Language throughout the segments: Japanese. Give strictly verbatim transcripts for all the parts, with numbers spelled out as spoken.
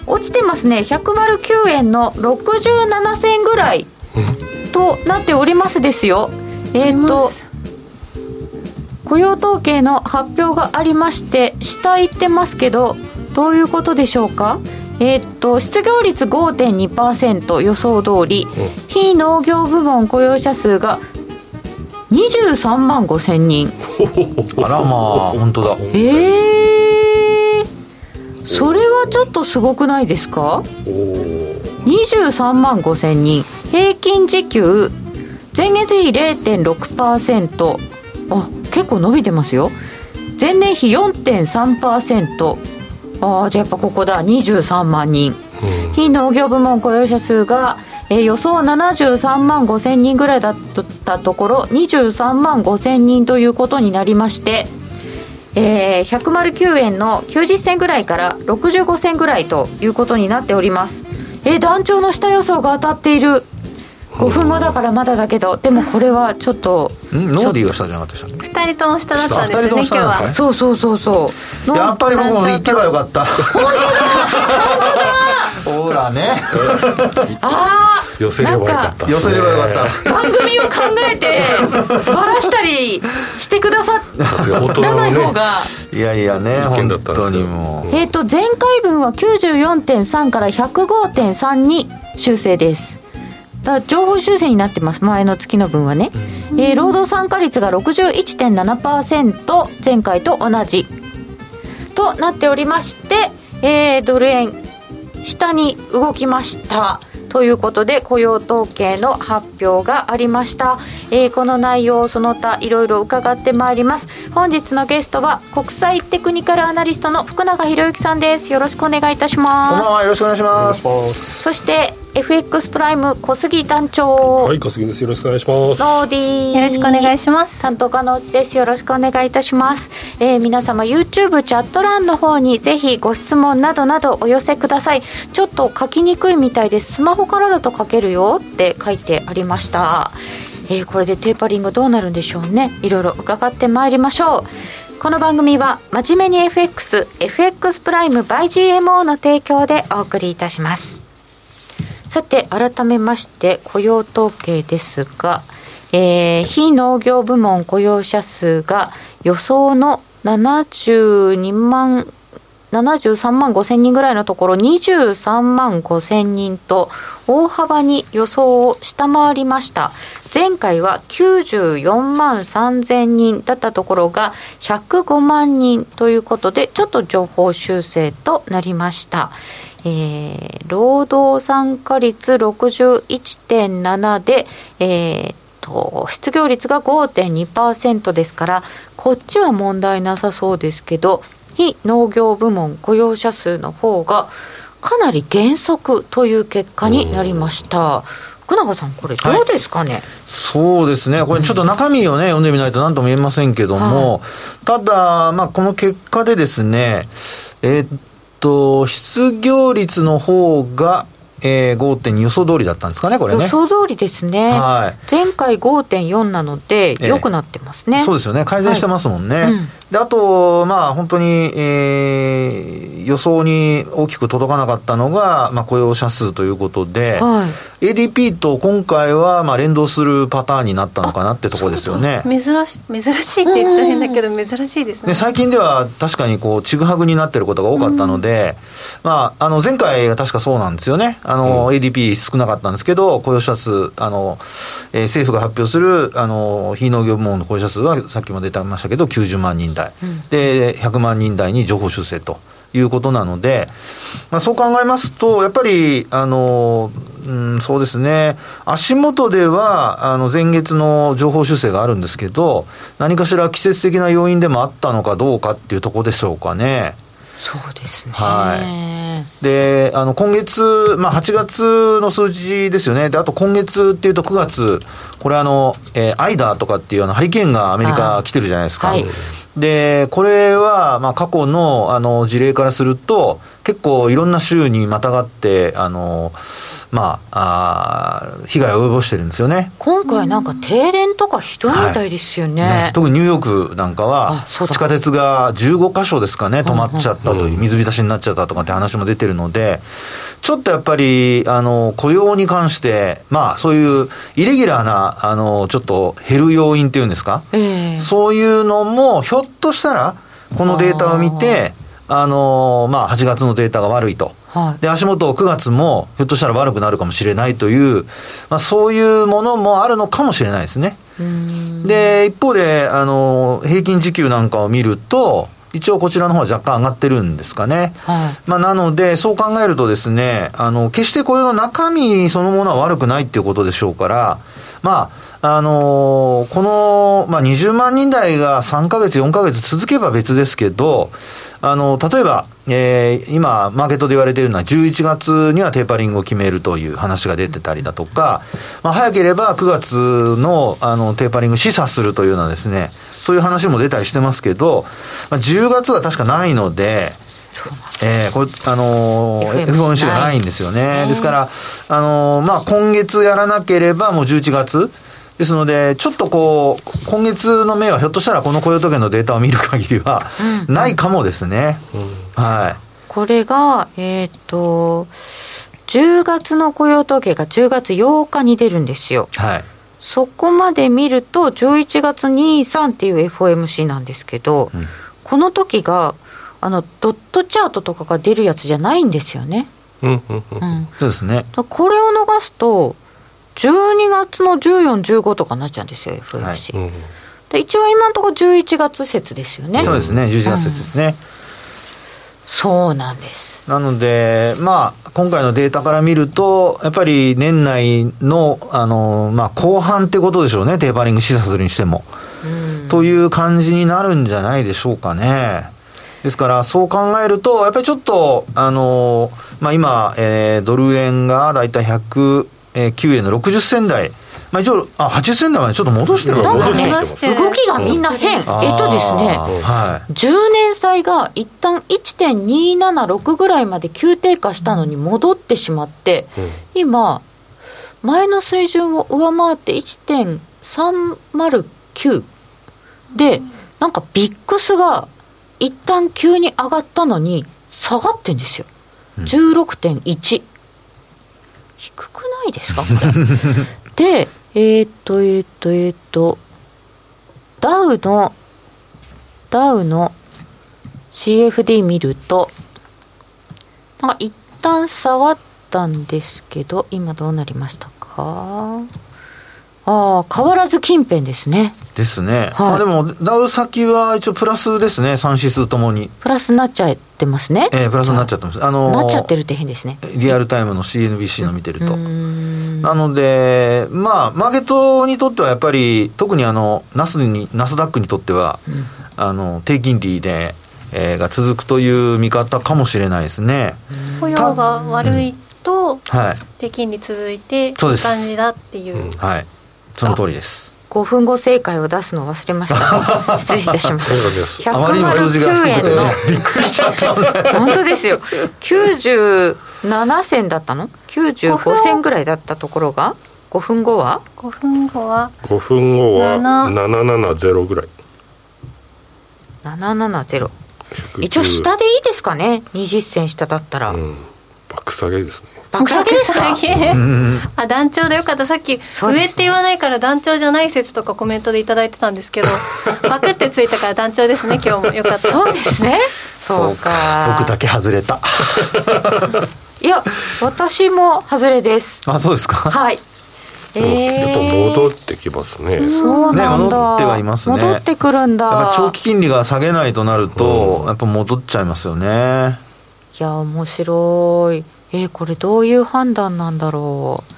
落ちてますね。ひゃくきゅうえんのろくじゅうななせんぐらいとなっておりますですよ。えーと雇用統計の発表がありまして、下行ってますけど、どういうことでしょうか。えー、っと失業率 ごてんにパーセント 予想通り、うん、非農業部門雇用者数がにじゅうさんまんごせんにんあらまあ本当だ。 えー、それはちょっとすごくないですか。にじゅうさんまんごせんにん、平均時給前月比 れいてんろくパーセント、あ、結構伸びてますよ。前年比 よんてんさんパーセント、 あ、じゃあやっぱここだ、にじゅうさんまんにん、うん、非農業部門雇用者数が、えー、予想ななじゅうさんまんごせんにんぐらいだったところにじゅうさんまんごせんにんということになりまして、えー、ひゃくきゅうえんのきゅうじゅっせんぐらいからろくじゅうごせんぐらいということになっております。えー、団長の下予想が当たっている。ごふんごだからまだだけど、でもこれはちょっとんノーディーが下じゃなかったでしたっけ。 ふたりとも下だったんですね今日は。 そうそうそうそう。 やっぱり僕も行けばよかった。 本当だほらねああ寄せればよかった、 寄せればよかった番組を考えてバラしたりしてくださらない方がいやいやね、本当にもう、 えーと前回分は きゅうじゅうよんてんさん から ひゃくごてんさん に修正です。だ情報修正になってます。前の月の分はね、えー、労働参加率が ろくじゅういってんななパーセント、 前回と同じとなっておりまして、えー、ドル円下に動きましたということで、雇用統計の発表がありました。えー、この内容その他いろいろ伺ってまいります。本日のゲストは国際テクニカルアナリストの福永博之さんです。よろしくお願いいたします。 こんばんは、よろしくお願いします。 そしてエフエックス プライム小杉団長。 はい、小杉です。よろしくお願いします。 ノーディーよろしくお願いします。 担当課のうちです。よろしくお願いいたします。えー、皆様 YouTube チャット欄の方にぜひご質問などなどお寄せください。ちょっと書きにくいみたいです。スマホからだと書けるよって書いてありました。えー、これでテーパリングどうなるんでしょうね。いろいろ伺ってまいりましょう。この番組は真面目に エフエックス エフエックス プライム by ジーエムオー の提供でお送りいたします。さて改めまして雇用統計ですが、えー、非農業部門雇用者数が予想のななじゅうにまんななじゅうさんまんごせんにんぐらいのところにじゅうさんまんごせんにんと大幅に予想を下回りました。前回はきゅうじゅうよんまんさんぜんにんだったところがひゃくごまんにんということで、ちょっと情報修正となりました。えー、労働参加率 ろくじゅういってんなな で、えー、と失業率が ごてんにパーセント ですから、こっちは問題なさそうですけど、非農業部門雇用者数の方がかなり減速という結果になりました。福永さん、これどうですかね。はい、 そうですね、これちょっと中身をね読んでみないと何とも言えませんけども、はい、ただ、まあ、この結果でですね、えー、っと失業率の方がえー、ごてんに 予想通りだったんですかね、これね。 予想通りですね。はい、前回 ごてんよん なので良くなってますね。 えー、そうですよね、改善してますもんね。はい、うん、であと、まあ、本当に、えー、予想に大きく届かなかったのが、まあ、雇用者数ということで、はい、エーディーピー と今回はまあ連動するパターンになったのかなってところですよね。 珍し、珍しいって言っちゃ変だけど珍しいですね。 で最近では確かにこうちぐはぐになってることが多かったので、まあ、あの前回が確かそうなんですよね。あの、うん、エーディーピー 少なかったんですけど、雇用者数、あの、えー、政府が発表するあの非農業部門の雇用者数はさっきも出てましたけどきゅうじゅうまんにん台、うん、でひゃくまんにん台に情報修正ということなので、まあ、そう考えますとやっぱりあの、うん、そうですね、足元ではあの前月の情報修正があるんですけど、何かしら季節的な要因でもあったのかどうかっていうところでしょうかね。 そうですね。 はい。で、あの今月、まあ、はちがつの数字ですよね。で、あと今月っていうとくがつ、これあの、えー、アイダーとかっていうようなハリケーンがアメリカ来てるじゃないですか。はい、で、これはまあ過去のあの事例からすると結構いろんな州にまたがってあのまあ、あ被害を及ぼしてるんですよね。 今回なんか停電とかひどいみたいですよね。はいね、 特にニューヨークなんかは地下鉄がじゅうごかしょですかね止まっちゃったという、うんうん、水浸しになっちゃったとかって話も出てるので、ちょっとやっぱりあの雇用に関してまあそういうイレギュラーなあのちょっと減る要因っていうんですか、えー、そういうのもひょっとしたらこのデータを見てああのまあはちがつのデータが悪いと。はい、で足元くがつもひょっとしたら悪くなるかもしれないという、まあ、そういうものもあるのかもしれないですね。うーんで一方であの平均時給なんかを見ると一応こちらの方は若干上がってるんですかね。はい、まあ、なのでそう考えるとですねあの決して雇用の中身そのものは悪くないっていうことでしょうから、まああのー、この、まあ、にじゅうまんにん台がさんかげつよんかげつ続けば別ですけど、あの例えば、えー、今マーケットで言われているのはじゅういちがつにはテーパリングを決めるという話が出てたりだとか、まあ、早ければくがつ の, あのテーパリング示唆するというようなですねそういう話も出たりしてますけど、まあ、じゅうがつは確かないので、えー、これあのー、エフオーエムシー がないんですよね。ですから、あのーまあ、今月やらなければもうじゅういちがつですので、ちょっとこう今月の目はひょっとしたらこの雇用統計のデータを見る限りはないかもですね。うんうん、はい。 これがえっ、ー、とじゅうがつの雇用統計がじゅうがつようかに出るんですよ。はい。そこまで見るとじゅういちがつに、さんっていう エフオーエムシー なんですけど、うん、この時があのドットチャートとかが出るやつじゃないんですよね。 うんうんうんうん、そうですね。 これを逃すとじゅうにがつのじゅうよん、じゅうごとかになっちゃうんですよ エフオーエムシー、はい、うん、で一応今のところじゅういちがつ説ですよね。 そうですね、じゅういちがつ説ですね、うん、 そうなんです。 なので、まあ、今回のデータから見るとやっぱり年内 の, あの、まあ、後半ってことでしょうね。テーパリング示唆するにしても、うん、という感じになるんじゃないでしょうかね。ですからそう考えるとやっぱりちょっとあの、まあ、今、えー、ドル円がだいたいひゃくきゅうえんのろくじゅっせん台、まあ、一応あはちじゅっせん台までちょっと戻してますね。動きがみんな変、うん、えっとですね、はい、じゅうねん債が一旦 いってんにーななろく ぐらいまで急低下したのに戻ってしまって、うん、今前の水準を上回って いってんさんまるきゅう で、なんかビックスが一旦急に上がったのに下がってんですよ。 じゅうろくてんいち、低くないですかこれでえー、っとえー、っとえー、っとダウのダウの シーエフディー 見るとなんか一旦下がったんですけど今どうなりましたか。ああ変わらず近辺ですね。 ですね、はい、あでもダウ先は一応プラスですね。さん指数ともにプラスになっちゃってますね。 えー、プラスになっちゃってます、はい、あのー、 なっちゃってるって変ですね。 リアルタイムの シーエヌビーシー の見てると、うん、なのでまあマーケットにとってはやっぱり特にあのナスにナスダックにとっては、うん、あの低金利で、えー、が続くという見方かもしれないですね。 雇用が悪いと、うん、はい、低金利続いていい感じだっていう、 うん、はい、その通りです。 ごふんご正解を出すのを忘れました、ね、失礼いたしました。 あまりにも数字がひゃくきゅうえんのびっくりしちゃった本当ですよ。きゅうじゅうななせんだったのきゅうじゅうごせんぐらいだったところがごふんごはごふんごはごふんごはなななななゼロぐらいななななゼロ一応下でいいですかね。にじゅっせん下だったら、うん、 バック下げですね。 バック下げですかあ団長でよかった。さっき、ね、上って言わないから団長じゃない説とかコメントでいただいてたんですけどバクってついたから団長ですね今日も。よかった。 そうですね。そうか僕だけ外れたいや私も外れです。 あそうですか。 はい、 えー、やっぱ戻ってきますね。 そうなんだ、ね、 戻ってはいますね。 戻ってくるんだ。 やっぱ長期金利が下げないとなると、うん、やっぱ戻っちゃいますよね。 いや面白い。えー、これどういう判断なんだろう。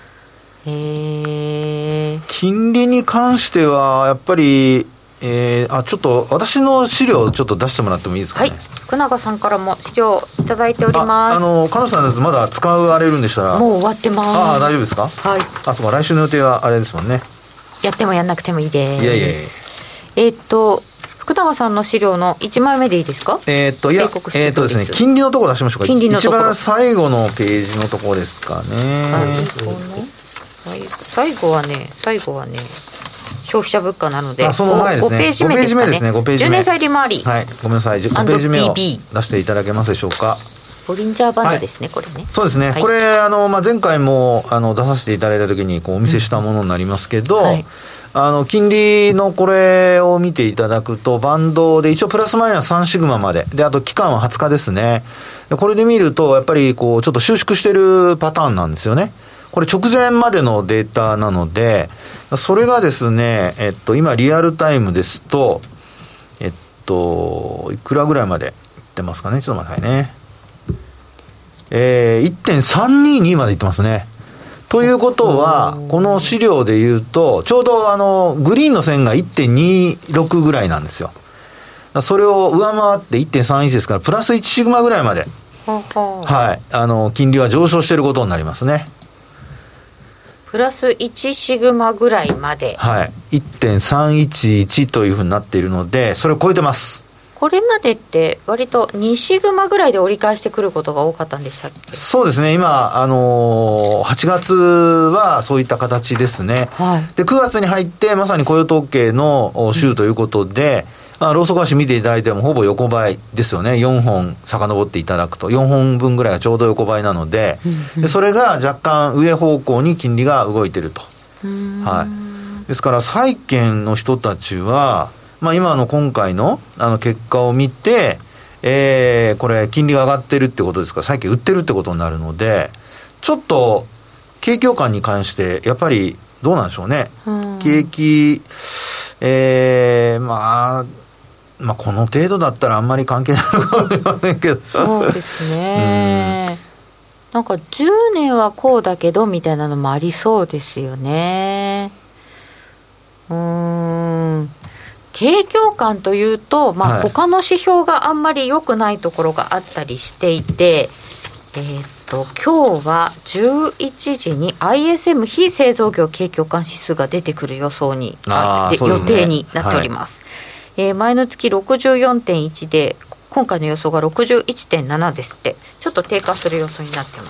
えー、 金利に関してはやっぱり、えー、あちょっと私の資料をちょっと出してもらってもいいですかね。はい、 福永さんからも資料いただいております。 ああの彼女さんのやつまだ使われるんでしたらもう終わってます。 ああ大丈夫ですか。 はい。 あそうか来週の予定はあれですもんね。 やってもやんなくてもいいです。 いやいやいや。 えー、っと福永さんの資料のいちまいめでいいですか？ えー、っといやえー、っとですね金利のところ出しましょうか。金利のところ一番最後のページのところですかね。 最後最後はね最後はね消費者物価なので、 あその前ですね、 ごページ目ですかね。 ごページ目ですね。 じゅうねん債利回り、 はい、ごめんなさい、ごページ目を出していただけますでしょうか。 ボリンジャーバンドですね、はい、これね。 そうですね、はい、これあの、まあ、前回もあの出させていただいたときにこうお見せしたものになりますけど、うんはい、あの金利のこれを見ていただくと、バンドで一応プラスマイナスさんシグマまで、であと期間ははつかですね。でこれで見ると、やっぱりこうちょっと収縮してるパターンなんですよね。これ直前までのデータなので、それがですね、えっと、今リアルタイムですと、えっと、いくらぐらいまでいってますかね。ちょっと待ってくださいね。えー、いってんさんにーに までいってますね。ということは、この資料で言うと、ちょうどあの、グリーンの線が いってんにろく ぐらいなんですよ。それを上回って いってんさんいち ですから、プラスいちシグマぐらいまで、はい、あの、金利は上昇していることになりますね。 プラスいちシグマぐらいまで、 はい、いってんさんいちいち というふうになっているので、それを超えてます。 これまでって割とにシグマぐらいで折り返してくることが多かったんでしたっけ？ そうですね、今、あのー、はちがつはそういった形ですね、はい、でくがつに入ってまさに雇用統計の週ということで、うん、まあ、ローソク足見ていただいてもほぼ横ばいですよね。よんほん遡っていただくとよんほんぶんぐらいがちょうど横ばいなので、うんうん、でそれが若干上方向に金利が動いていると、はい、ですから債券の人たちはまあ、今の今回 の, あの結果を見て、えー、これ金利が上がってるってことですから、債券売ってるってことになるので、ちょっと景況感に関してやっぱりどうなんでしょうね、うん、景気、えー、まあまあこの程度だったらあんまり関係ないのかもしれませんけど、 そうですね、うん、なんかじゅうねんはこうだけどみたいなのもありそうですよね。うーん、景況感というと、まあ、他の指標があんまり良くないところがあったりしていて、はい、えー、っと今日はじゅういちじに アイエスエム 非製造業景況感指数が出てくる予想にあで、ね、予定になっております、はい、えー、前の月 ろくじゅうよんてんいち で今回の予想が ろくじゅういってんなな ですって。ちょっと低下する予想になってます、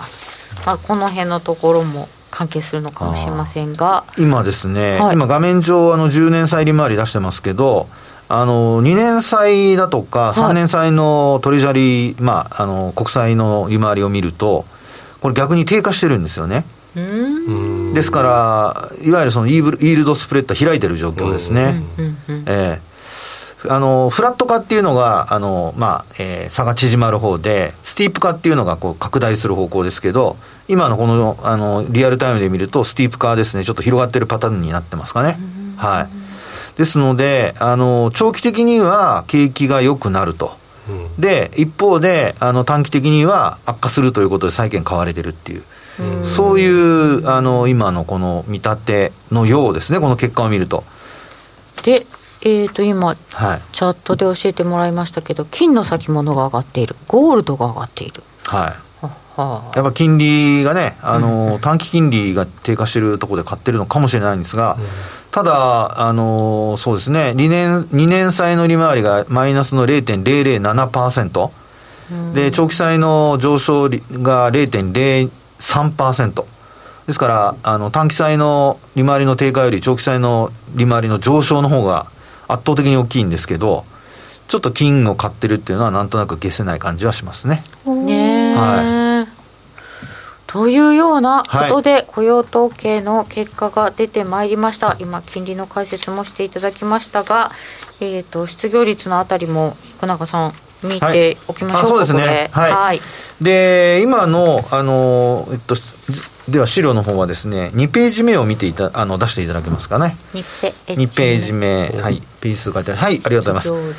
まあ、この辺のところも関係するのかもしれませんが、 今ですね、はい、今画面上あのじゅうねん債利回り出してますけど、あのにねん債だとかさんねん債のトレジャリー、まあ、あの国債の利回りを見ると、これ逆に低下してるんですよね。うーん、ですからいわゆるそのイールドスプレッド開いてる状況ですね。えーあのフラット化っていうのがあの、まあえー、差が縮まる方で、スティープ化っていうのがこう拡大する方向ですけど、今のこの、あのリアルタイムで見るとスティープ化ですね、ちょっと広がってるパターンになってますかね。はい、ですのであの長期的には景気が良くなると、うん、で一方であの短期的には悪化するということで債券買われてるっていう、うん、そういうあの今のこの見立てのようですね、この結果を見ると。 でえー、と今、はい、チャットで教えてもらいましたけど、金の先物が上がっている、ゴールドが上がっている、 はい、ははやっぱ金利がね、あの、うん、短期金利が低下しているところで買ってるのかもしれないんですが、うん、ただあのそうですね、にねん、にねん債の利回りがマイナスの れいてんぜろぜろななパーセント、うん、で長期債の上昇が れいてんぜろさんパーセントですから、あの短期債の利回りの低下より長期債の利回りの上昇の方が圧倒的に大きいんですけど、ちょっと金を買ってるっていうのはなんとなく消せない感じはしますね。 ね、はい、というようなことで、はい、雇用統計の結果が出てまいりました。今金利の解説もしていただきましたが、えー、と失業率のあたりも福永さん見ておきましょうか。はい、そうですね、 はい、はい、で今の、あの、えっとでは資料の方はですね、にページ目を見ていたあの出していただけますかね。 にページ目、はい、ページ数書いてある。はい、ありがとうございます。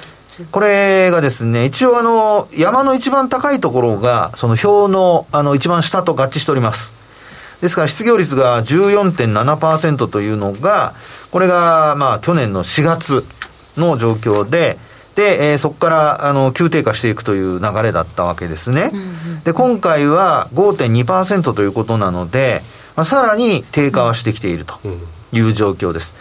これがですね、一応あの山の一番高いところがその表のあの一番下と合致しております。ですから失業率が じゅうよんてんななパーセント というのが、これがまあ去年のしがつの状況で、で、えー、そこからあの急低下していくという流れだったわけですね、うんうん、で今回は ごてんにパーセント ということなので、まあ、さらに低下はしてきているという状況です。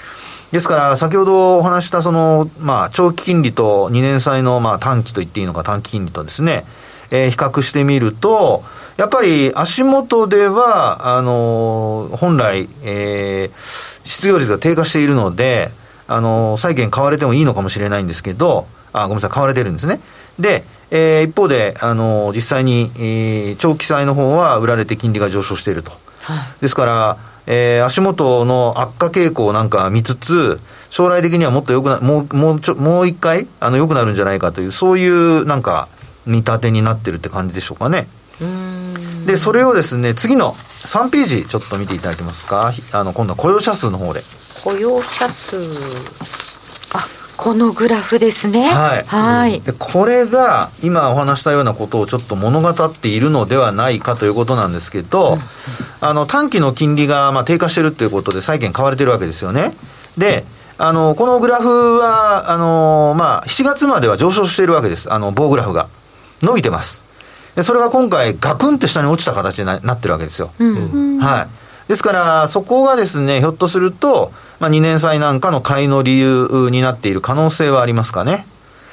ですから先ほどお話したその、まあ、長期金利とにねん債のまあ短期と言っていいのか短期金利とですね、えー、比較してみるとやっぱり足元ではあのー、本来、えー、失業率が低下しているので、あのー、債券買われてもいいのかもしれないんですけど、あごめんなさい買われてるんですね。で、えー、一方で、あのー、実際に、えー、長期債の方は売られて金利が上昇していると、はい、ですからえー、足元の悪化傾向なんか見つつ将来的にはもっと良くなもうもうちょもう一回あの良くなるんじゃないかというそういうなんか見立てになってるって感じでしょうかね。うーんでそれをですね次のさんページちょっと見ていただけますか。あの今度は雇用者数の方で雇用者数あこのグラフですね。 はい、はい、でこれが今お話したようなことをちょっと物語っているのではないかということなんですけど、うん、あの短期の金利がまあ低下しているということで債券買われているわけですよね。であのこのグラフはあの、まあ、しちがつまでは上昇しているわけです。あの棒グラフが伸びてます。でそれが今回ガクンって下に落ちた形に な, なってるわけですよ、うんはい、ですからそこがですねひょっとすると、まあ、にねん債なんかの買いの理由になっている可能性はありますかね。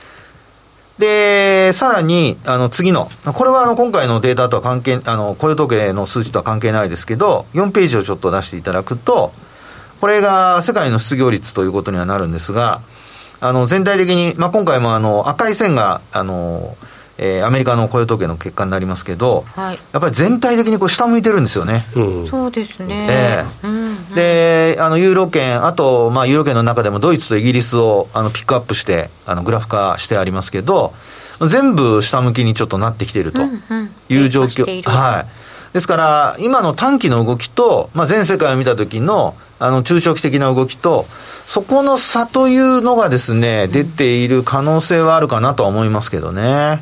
でさらにあの次のこれはあの今回のデータとは関係あの雇用統計の数字とは関係ないですけどよんページをちょっと出していただくとこれが世界の失業率ということにはなるんですがあの全体的に、まあ、今回もあの赤い線があのえー、アメリカの雇用統計の結果になりますけど、はい、やっぱり全体的にこう下向いてるんですよね、 うん、そうですね、 えーうんうん、であのユーロ圏あと、まあ、ユーロ圏の中でもドイツとイギリスをあのピックアップしてあのグラフ化してありますけど全部下向きにちょっとなってきているという状況、うんうん、はい、ですから今の短期の動きと、まあ、全世界を見た時のあの中長期的な動きとそこの差というのがですね出ている可能性はあるかなとは思いますけどね。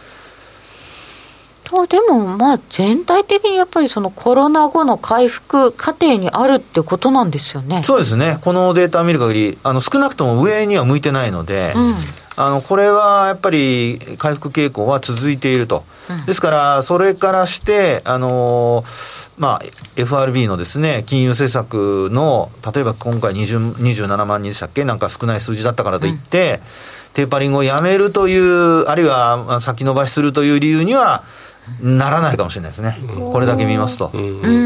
でもまあ全体的にやっぱりそのコロナ後の回復過程にあるってことなんですよね。 そうですね。このデータを見る限りあの少なくとも上には向いてないので、うん、あのこれはやっぱり回復傾向は続いていると、うん、ですからそれからしてあのまあ エフアールビー のですね金融政策の例えば今回にじゅう、にじゅうななまんにんでしたっけなんか少ない数字だったからといって、うん、テーパリングをやめるというあるいは先延ばしするという理由にはならないかもしれないですね、うん、これだけ見ますと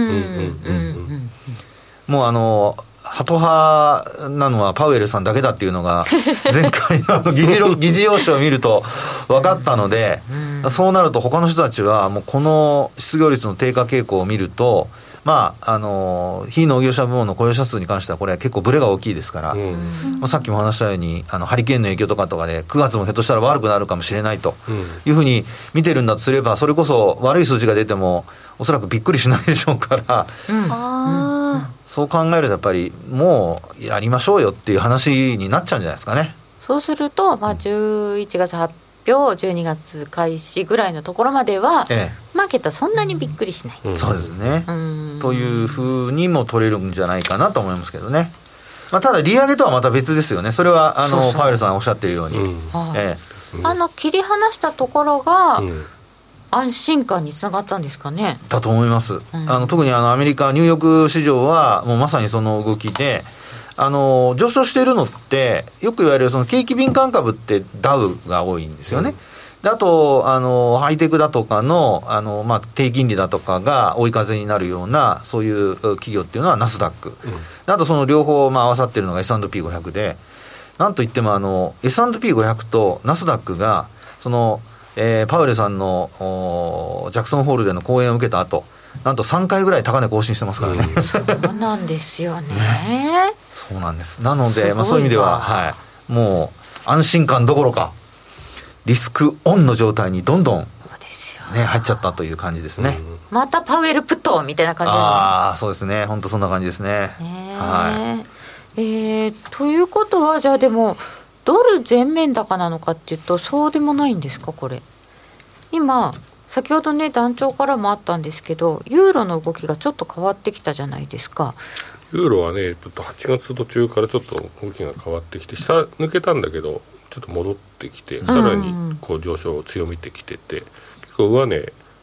もうあのハト派なのはパウエルさんだけだっていうのが前回の議事議事要旨を見ると分かったので、うん、そうなると他の人たちはもうこの失業率の低下傾向を見るとまあ、あの非農業者部門の雇用者数に関してはこれは結構ブレが大きいですから、うんまあ、さっきも話したようにあのハリケーンの影響とかとかでくがつもひょっとしたら悪くなるかもしれないというふうに見てるんだとすればそれこそ悪い数字が出てもおそらくびっくりしないでしょうから、うんうん、そう考えるとやっぱりもうやりましょうよっていう話になっちゃうんじゃないですかね。 そうすると、まあ、じゅういちがつ発表じゅうにがつ開始ぐらいのところまでは、ええ、マーケットはそんなにびっくりしない、 うん、そうですね、うん、というふうにも取れるんじゃないかなと思いますけどね、まあ、ただ利上げとはまた別ですよね。それはあのそうそうパウエルさんおっしゃってるように、うんええ、あの切り離したところが、うん安心感につながったんですかね。 だと思います、うん、あの特にあのアメリカニューヨーク市場はもうまさにその動きであの上昇しているのってよく言われるその景気敏感株ってダウが多いんですよね、うん、であとあのハイテクだとかの、あの、まあ、低金利だとかが追い風になるようなそういう企業っていうのはナスダック、うん、あとその両方、まあ、合わさっているのが エスアンドピーごひゃく でなんといってもあの エスアンドピーごひゃく とナスダックがそのえー、パウエルさんのジャクソンホールでの講演を受けた後なんとさんかいぐらい高値更新してますからね、うん、 そうなんですよ ね, ねそうなんです。なので、まあ、そういう意味では、はい、もう安心感どころかリスクオンの状態にどんどん、ね、入っちゃったという感じですね、うん、 またパウエルプットみたいな感じですね。 ああそうですね本当そんな感じですね、はいえー、ということはじゃあでもドル全面高なのかっていうとそうでもないんですか。これ今先ほどね団長からもあったんですけどユーロの動きがちょっと変わってきたじゃないですか。 ユーロはねちょっとはちがつ途中からちょっと動きが変わってきて下抜けたんだけどちょっと戻ってきてさらにこう上昇を強めてきてて、うん、結構上値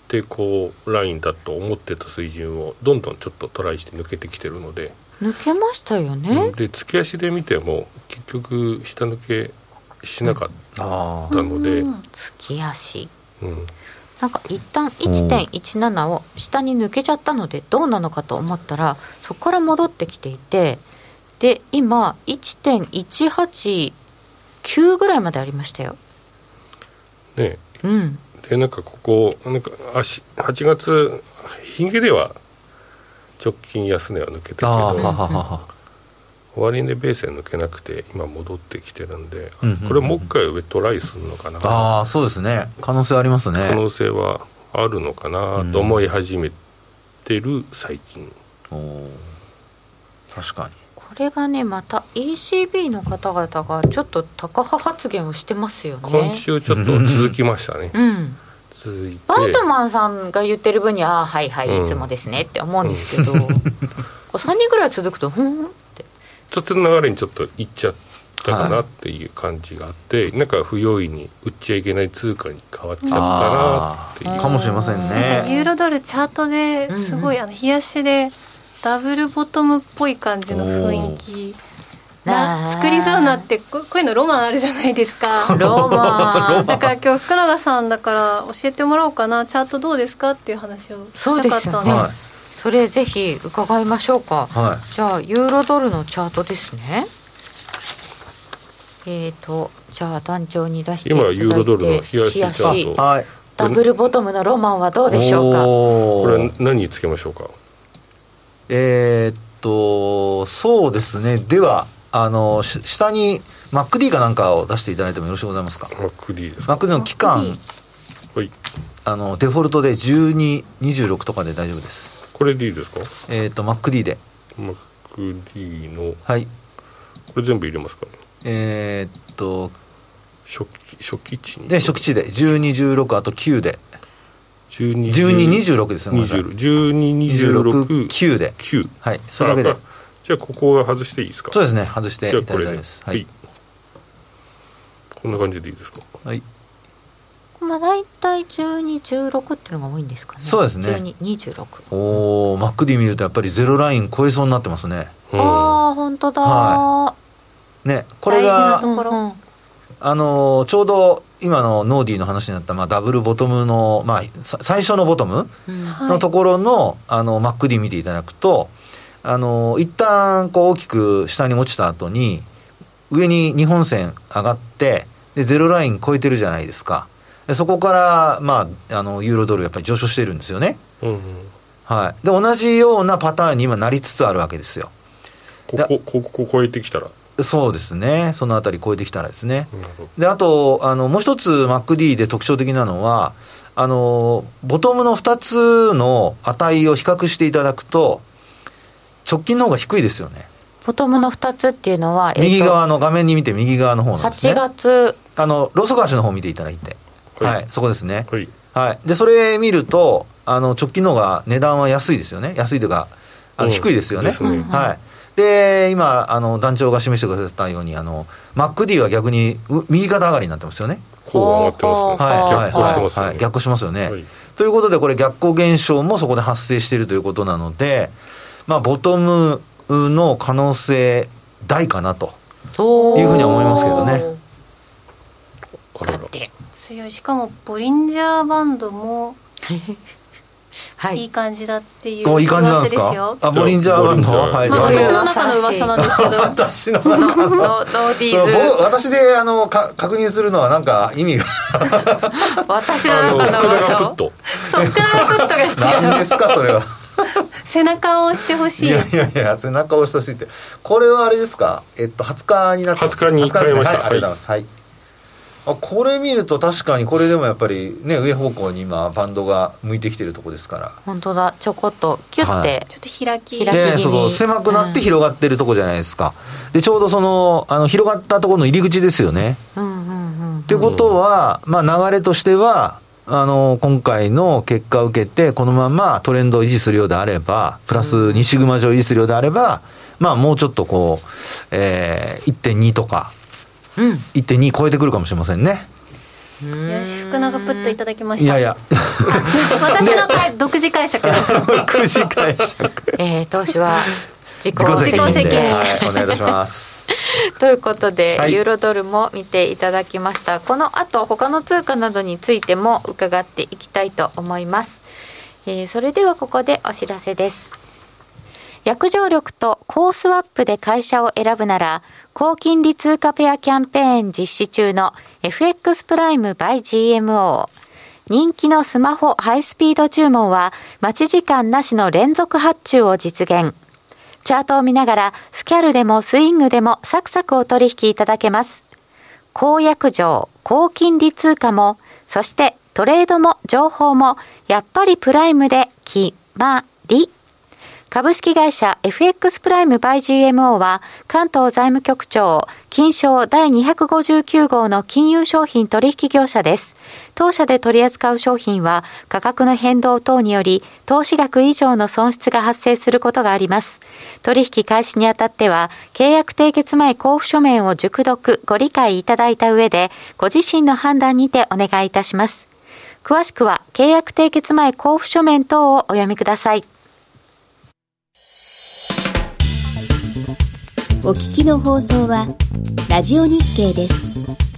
でこうラインだと思ってた水準をどんどんちょっとトライして抜けてきてるので、 抜けましたよね、 うん、で月足で見ても結局下抜けしなかったので、 うん、月足、 うん、 なんか一旦 いちてんいちなな を下に抜けちゃったのでどうなのかと思ったらそこから戻ってきていて、で今 いちてんいちはちきゅう ぐらいまでありましたよね。 うん、 でなんかここなんかはちがつ日毛では直近安値は抜けたけど、 あーははは終値ベースで抜けなくて今戻ってきてるんで、 うんうんうん、 これもう一回上トライするのかな。 ああそうですね、可能性ありますね。 可能性はあるのかなと思い始めてる最近、 うん、お確かにこれがねまた イーシービー の方々がちょっと高派発言をしてますよね。 今週ちょっと続きましたね、 うん、 続いてバートマンさんが言ってる分にはあはいはいいつもですねって思うんですけど、うん、さんにんぐらい続くとふんってちょっと流れにちょっといっちゃったかなっていう感じがあって、はい、なんか不用意に売っちゃいけない通貨に変わっちゃったなっていう、 かもしれませんね。 ユーロドルチャートですごい、うんうん、あの冷やしでダブルボトムっぽい感じの雰囲気な作りそうなって、こういうのロマンあるじゃないですか。 ロマンだから今日福永さんだから教えてもらおうかな、チャートどうですかっていう話をしたかったので、 はい、それぜひ伺いましょうか、 はい、 じゃあユーロドルのチャートですね。えーとじゃあ団長に出していただいて、 今ユーロドルの冷やしチャート、 はい、 ダブルボトムのロマンはどうでしょうか。 これは何につけましょうか。 えー、っとそうですね、ではあの下に マックディー かなんかを出していただいてもよろしゅうございますか。 マックディー ですか。 マックディー の期間、 はい、 あのデフォルトでじゅうに、にじゅうろくとかで大丈夫です。 これでいいですか。 えー、っと マックディー でマックディー の、 はい、 これ全部入れますかね。 えー、っと初期初期値で初期値でじゅうに、じゅうろくあときゅうでじゅうに、 じゅうに、にじゅうろくですね。 じゅうに、にじゅうろく、 きゅうできゅう、 はい、それだけで。 じゃあここは外していいですか。 そうですね、外していただいてこれです、 はい、こんな感じでいいですか。 はい、 まあ大体じゅうに、じゅうろくっていうのが多いんですかね。 そうですね、 じゅうに、にじゅうろく。 おー、マックディ見るとやっぱりゼロライン超えそうになってますね、 うん、ああ本当だ、 はい、ね、これが大事なところ、うんうん、 あのちょうど今のノーディーの話になった、まあ、ダブルボトムの、まあ、最初のボトムのところ の,、はい、あのマックディ見ていただくと、あの一旦こう大きく下に落ちた後に上に日本線上がってでゼロライン超えてるじゃないですか。でそこから、まあ、あのユーロドルやっぱり上昇してるんですよね、うんうん、はい、で同じようなパターンに今なりつつあるわけですよ。 ここここ超えてきたら、 そうですね、そのあたり超えてきたらですね、であとあのもう一つ マックディー で特徴的なのはあのボトムのふたつの値を比較していただくと直近の方が低いですよね。 ボトムのふたつっていうのは、 えー、右側の画面に見て右側の方なんですね。 はちがつあのローソク足の方を見ていただいて、はい、はい、そこですね、 はいはい、でそれ見るとあの直近の方が値段は安いですよね。安いというかあの低いですよね、 ですね、 はい。で今あの団長が示してくださったようにあの マックディー は逆に右肩上がりになってますよね。 こう上がってますね、はい、逆行してますね、 はいはい、逆行しますよね、 はい、 ということでこれ逆行現象もそこで発生しているということなので、まあ、ボトムの可能性大かなというふうには思いますけどね。 だって強い。しかもボリンジャーバンドもはい、いい感じだっていう噂ですよ。いい感じなんですか。あ、ボリンジャーバンド、はい、 まあ、私の中の噂なんですけど私の中のノーディーズ、私であのか確認するのはなんか意味が私の中の噂、 福永プット、 そう、福永プットが必要何ですかそれは背中を押してほしい。 いやいやいや、背中を押してほしいって、これはあれですか、えっとはつかになってます。 はつかに変えました、 はい、ありがとうございます、はい。あ、これ見ると確かにこれでもやっぱりね、上方向に今バンドが向いてきてるとこですから。 本当だ、ちょこっとキュッて、はい、 ちょっと開き開き気味に、 ね、そうそう、狭くなって広がってるとこじゃないですか、うん、でちょうどそのあの広がったところの入り口ですよね。 うんうんうんうん、 っていうことは、まあ、流れとしてはあの今回の結果を受けてこのままトレンドを維持するようであれば、プラスにシグマ上維持するようであれば、まあ、もうちょっとこう、えー、いってんに とか、うん、いってんに 超えてくるかもしれませんね。 よし、福永プットいただきました。 いやいや私の独自解釈です独自解釈えー、投資は自己責自己責任で、 任はい、お願いいたしますということで、 はい、 ユーロドルも見ていただきました。この後他の通貨などについても伺っていきたいと思います。えー、それではここでお知らせです。約定力とコースワップで会社を選ぶなら、高金利通貨ペアキャンペーン実施中の エフエックス プライム by ジーエムオー。人気のスマホハイスピード注文は待ち時間なしの連続発注を実現。チャートを見ながらスキャルでもスイングでもサクサクお取引いただけます。高約定、高金利通貨も、そしてトレードも情報もやっぱりプライムで決まり。株式会社 エフエックス プライム by ジーエムオー は関東財務局長金商だいにひゃくごじゅうきゅう号の金融商品取引業者です。当社で取り扱う商品は価格の変動等により投資額以上の損失が発生することがあります。取引開始にあたっては契約締結前交付書面を熟読ご理解いただいた上でご自身の判断にてお願いいたします。詳しくは契約締結前交付書面等をお読みください。 お聞きの放送はラジオ日経です。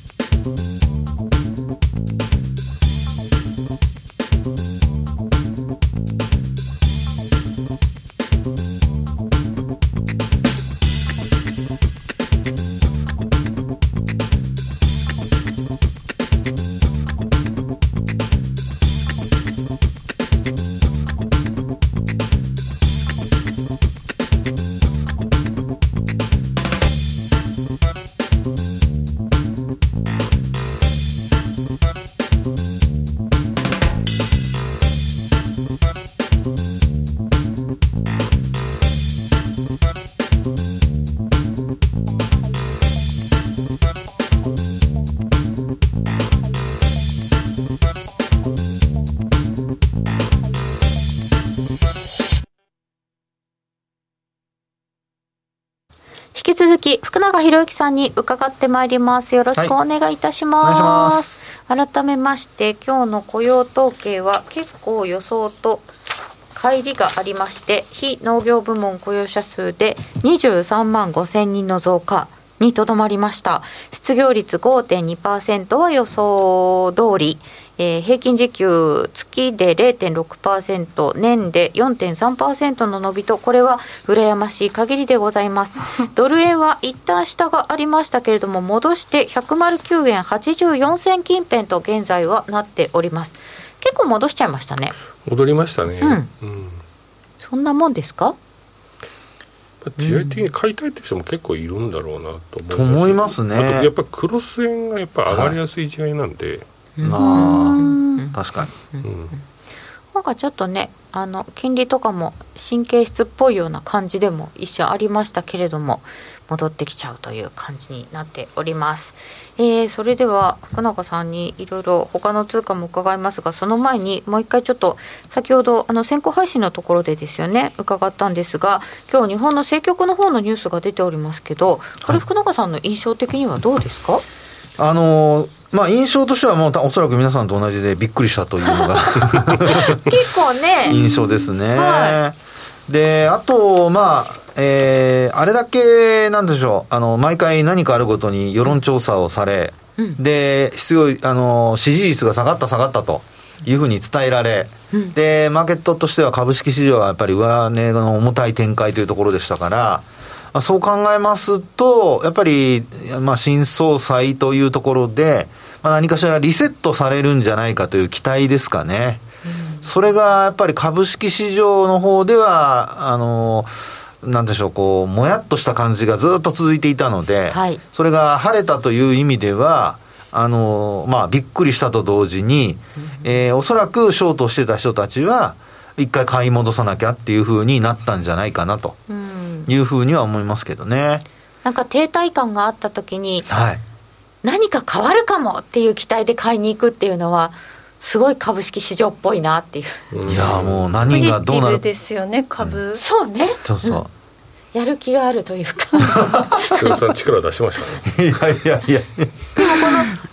引き続き福永博之さんに伺ってまいります。よろしくお願いいたします。はい、お願いします。改めまして今日の雇用統計は結構予想と乖離がありまして、非農業部門雇用者数でにじゅうさんまんごせんにんの増加にとどまりました。失業率 ごてんにパーセント は予想通り、えー、平均時給月で れいてんろくパーセント、 年で よんてんさんパーセント の伸びと、これは羨ましい限りでございます。ドル円は一旦下がありましたけれども戻してひゃくきゅうえんはちじゅうよん銭近辺と現在はなっております。結構戻しちゃいましたね。 戻りましたね、うんうん、そんなもんですか。 地合的に買いたいという人も結構いるんだろうなと思います、 と思いますね。 あとやっぱりクロス円がやっぱ上がりやすい地合なんで、 はい、まあ確かに、うん、 なんかちょっとね、あの金利とかも神経質っぽいような感じでも一瞬ありましたけれども戻ってきちゃうという感じになっております。えー、それでは福永さんにいろいろ他の通貨も伺いますが、その前にもう一回ちょっと先ほどあの先行配信のところでですよね伺ったんですが、今日日本の政局の方のニュースが出ておりますけど、これ福永さんの印象的にはどうですか。はい、 あのーまあ、印象としてはもうおそらく皆さんと同じでびっくりしたというのが結構ね印象ですね。 はい、 であとまあえー、あれだけなんでしょう、あの毎回何かあるごとに世論調査をされ、うん、で必要あの支持率が下がった下がったというふうに伝えられ、うん、でマーケットとしては株式市場はやっぱり上値の重たい展開というところでしたから、まあ、そう考えますとやっぱり、まあ、新総裁というところで、まあ、何かしらリセットされるんじゃないかという期待ですかね。うん、それがやっぱり株式市場の方ではあのなんでしょう、こうもやっとした感じがずっと続いていたので、はい、それが晴れたという意味ではあの、まあ、びっくりしたと同時に、うんえー、おそらくショートしてた人たちは一回買い戻さなきゃっていう風になったんじゃないかなという風には思いますけどね。 なんか停滞感があった時に、 はい、 何か変わるかもっていう期待で買いに行くっていうのはすごい株式市場っぽいなっていう。 いやもう何がどうなる。ポジティブですよね株、 うん、そうね、 そうそう、うんやる気があるというか菅さん力出しましたね。 いやいやいやでもこの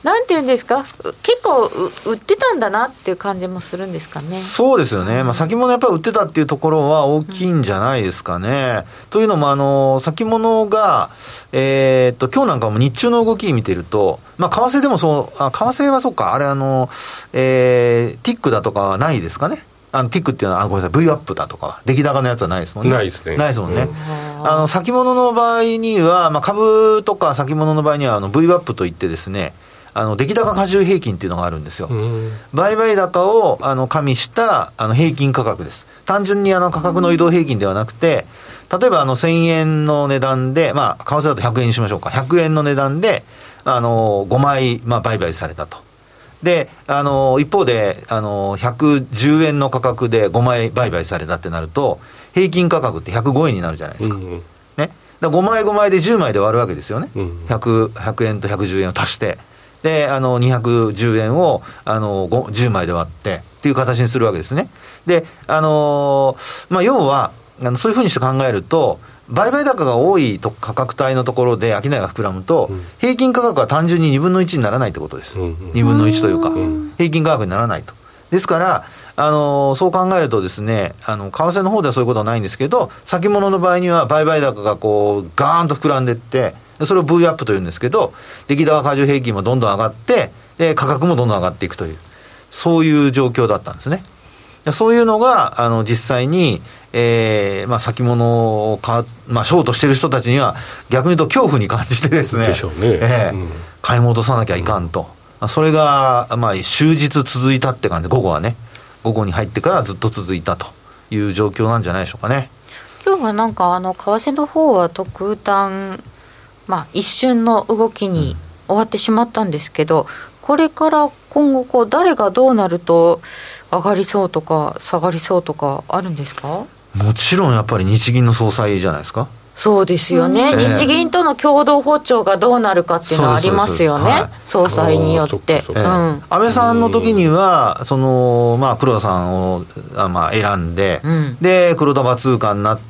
なんていうんですか、結構売ってたんだなっていう感じもするんですかね。 そうですよね、まあ、先物やっぱり売ってたっていうところは大きいんじゃないですかね、うん、というのもあの先物が、えー、っと今日なんかも日中の動き見てると、まあ、為替でもそう、あ為替はそうか、あれあの、えー、ティックだとかはないですかね。あのティックっていうのは、あごめんなさい、V アップだとか出来高のやつはないですもんね。 ないですね。 ないですもんね、 うん、 あの先物の場合には、まあ、株とか先物の場合にはあの V アップといってですね、あの出来高荷重平均っていうのがあるんですよ、うん、売買高をあの加味したあの平均価格です。単純にあの価格の移動平均ではなくて、例えばあのせんえんの値段で、まあ為替だとひゃくえんにしましょうか、ひゃくえんの値段であのごまい、まあ、売買されたと。で、あの、一方で、あの、ひゃくじゅうえんの価格でごまい売買されたってなると、平均価格ってひゃくごえんになるじゃないですか。うんうん、ね。だからごまいごまいでじゅうまいで割るわけですよね。うんうん、ひゃく、ひゃくえんとひゃくじゅうえんを足して、で、あの、にひゃくじゅうえんを、あの、じゅうまいで割って、っていう形にするわけですね。で、あの、まあ、要は、あのそういうふうにして考えると、売買高が多いと価格帯のところで商いが膨らむと、うん、平均価格は単純ににぶんのいちにならないってことです、うんうん、にぶんのいちというか、うん、平均価格にならないと。ですから、あのそう考えるとですね、あの為替の方ではそういうことはないんですけど、先物の場合には売買高がこうガーンと膨らんでいって、それを V アップというんですけど、出来高荷重平均もどんどん上がって、で価格もどんどん上がっていくという、そういう状況だったんですね。そういうのがあの実際に、えーまあ、先物を買う、まあ、ショートしてる人たちには逆に言うと恐怖に感じてですね、 でしょうね、 えーうん、 買い戻さなきゃいかんと、うん、それが、まあ、終日続いたって感じで、午後はね、午後に入ってからずっと続いたという状況なんじゃないでしょうかね。 今日はなんかあの為替の方は特段、まあ、一瞬の動きに終わってしまったんですけど、うん、これから今後こう誰がどうなると上がりそうとか下がりそうとかあるんですか？ もちろんやっぱり日銀の総裁じゃないですか。 そうですよね、うん、日銀との共同歩調がどうなるかっていうのはありますよね、はい、総裁によって、 ええ、うん、安倍さんの時にはその、まあ、黒田さんを、まあ、選んで、うん、で黒田場通貨になって、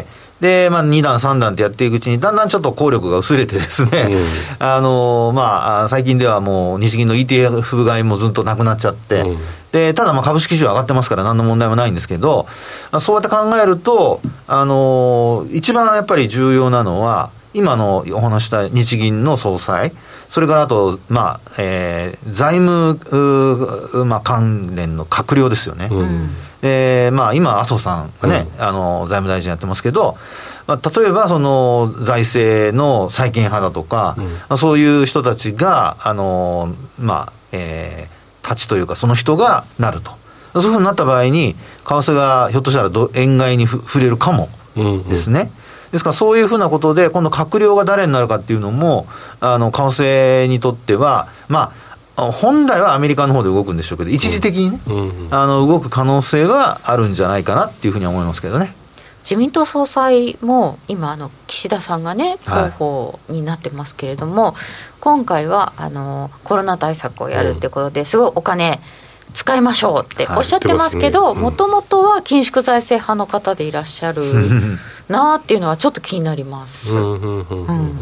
で、まあ、に段さん段ってやっていくうちにだんだんちょっと効力が薄れてですね、うん、あのまあ最近ではもう日銀の イーティーエフ 買いもずっとなくなっちゃって、うん、でただまあ株式市場上がってますから何の問題もないんですけど、そうやって考えるとあの一番やっぱり重要なのは今のお話した日銀の総裁、それからあと、まあえー、財務、まあ、関連の閣僚ですよね、うん、でまあ、今麻生さんがね、うん、あの財務大臣やってますけど、まあ、例えばその財政の再建派だとか、うんまあ、そういう人たちがあの、まあえー、立ちというかその人がなると、そういうふうになった場合に為替がひょっとしたらど円買いに触れるかもですね、うんうん、ですからそういうふうなことで今度閣僚が誰になるかっていうのもあの為替にとってはまあ本来はアメリカの方で動くんでしょうけど一時的にね、うんうんうん、あの動く可能性があるんじゃないかなっていうふうには思いますけどね。 自民党総裁も今あの岸田さんがね候補になってますけれども、はい、今回はあのコロナ対策をやるってことですごいお金使いましょうっておっしゃってますけど、もともとは緊縮財政派の方でいらっしゃるなっていうのはちょっと気になります、うんうん、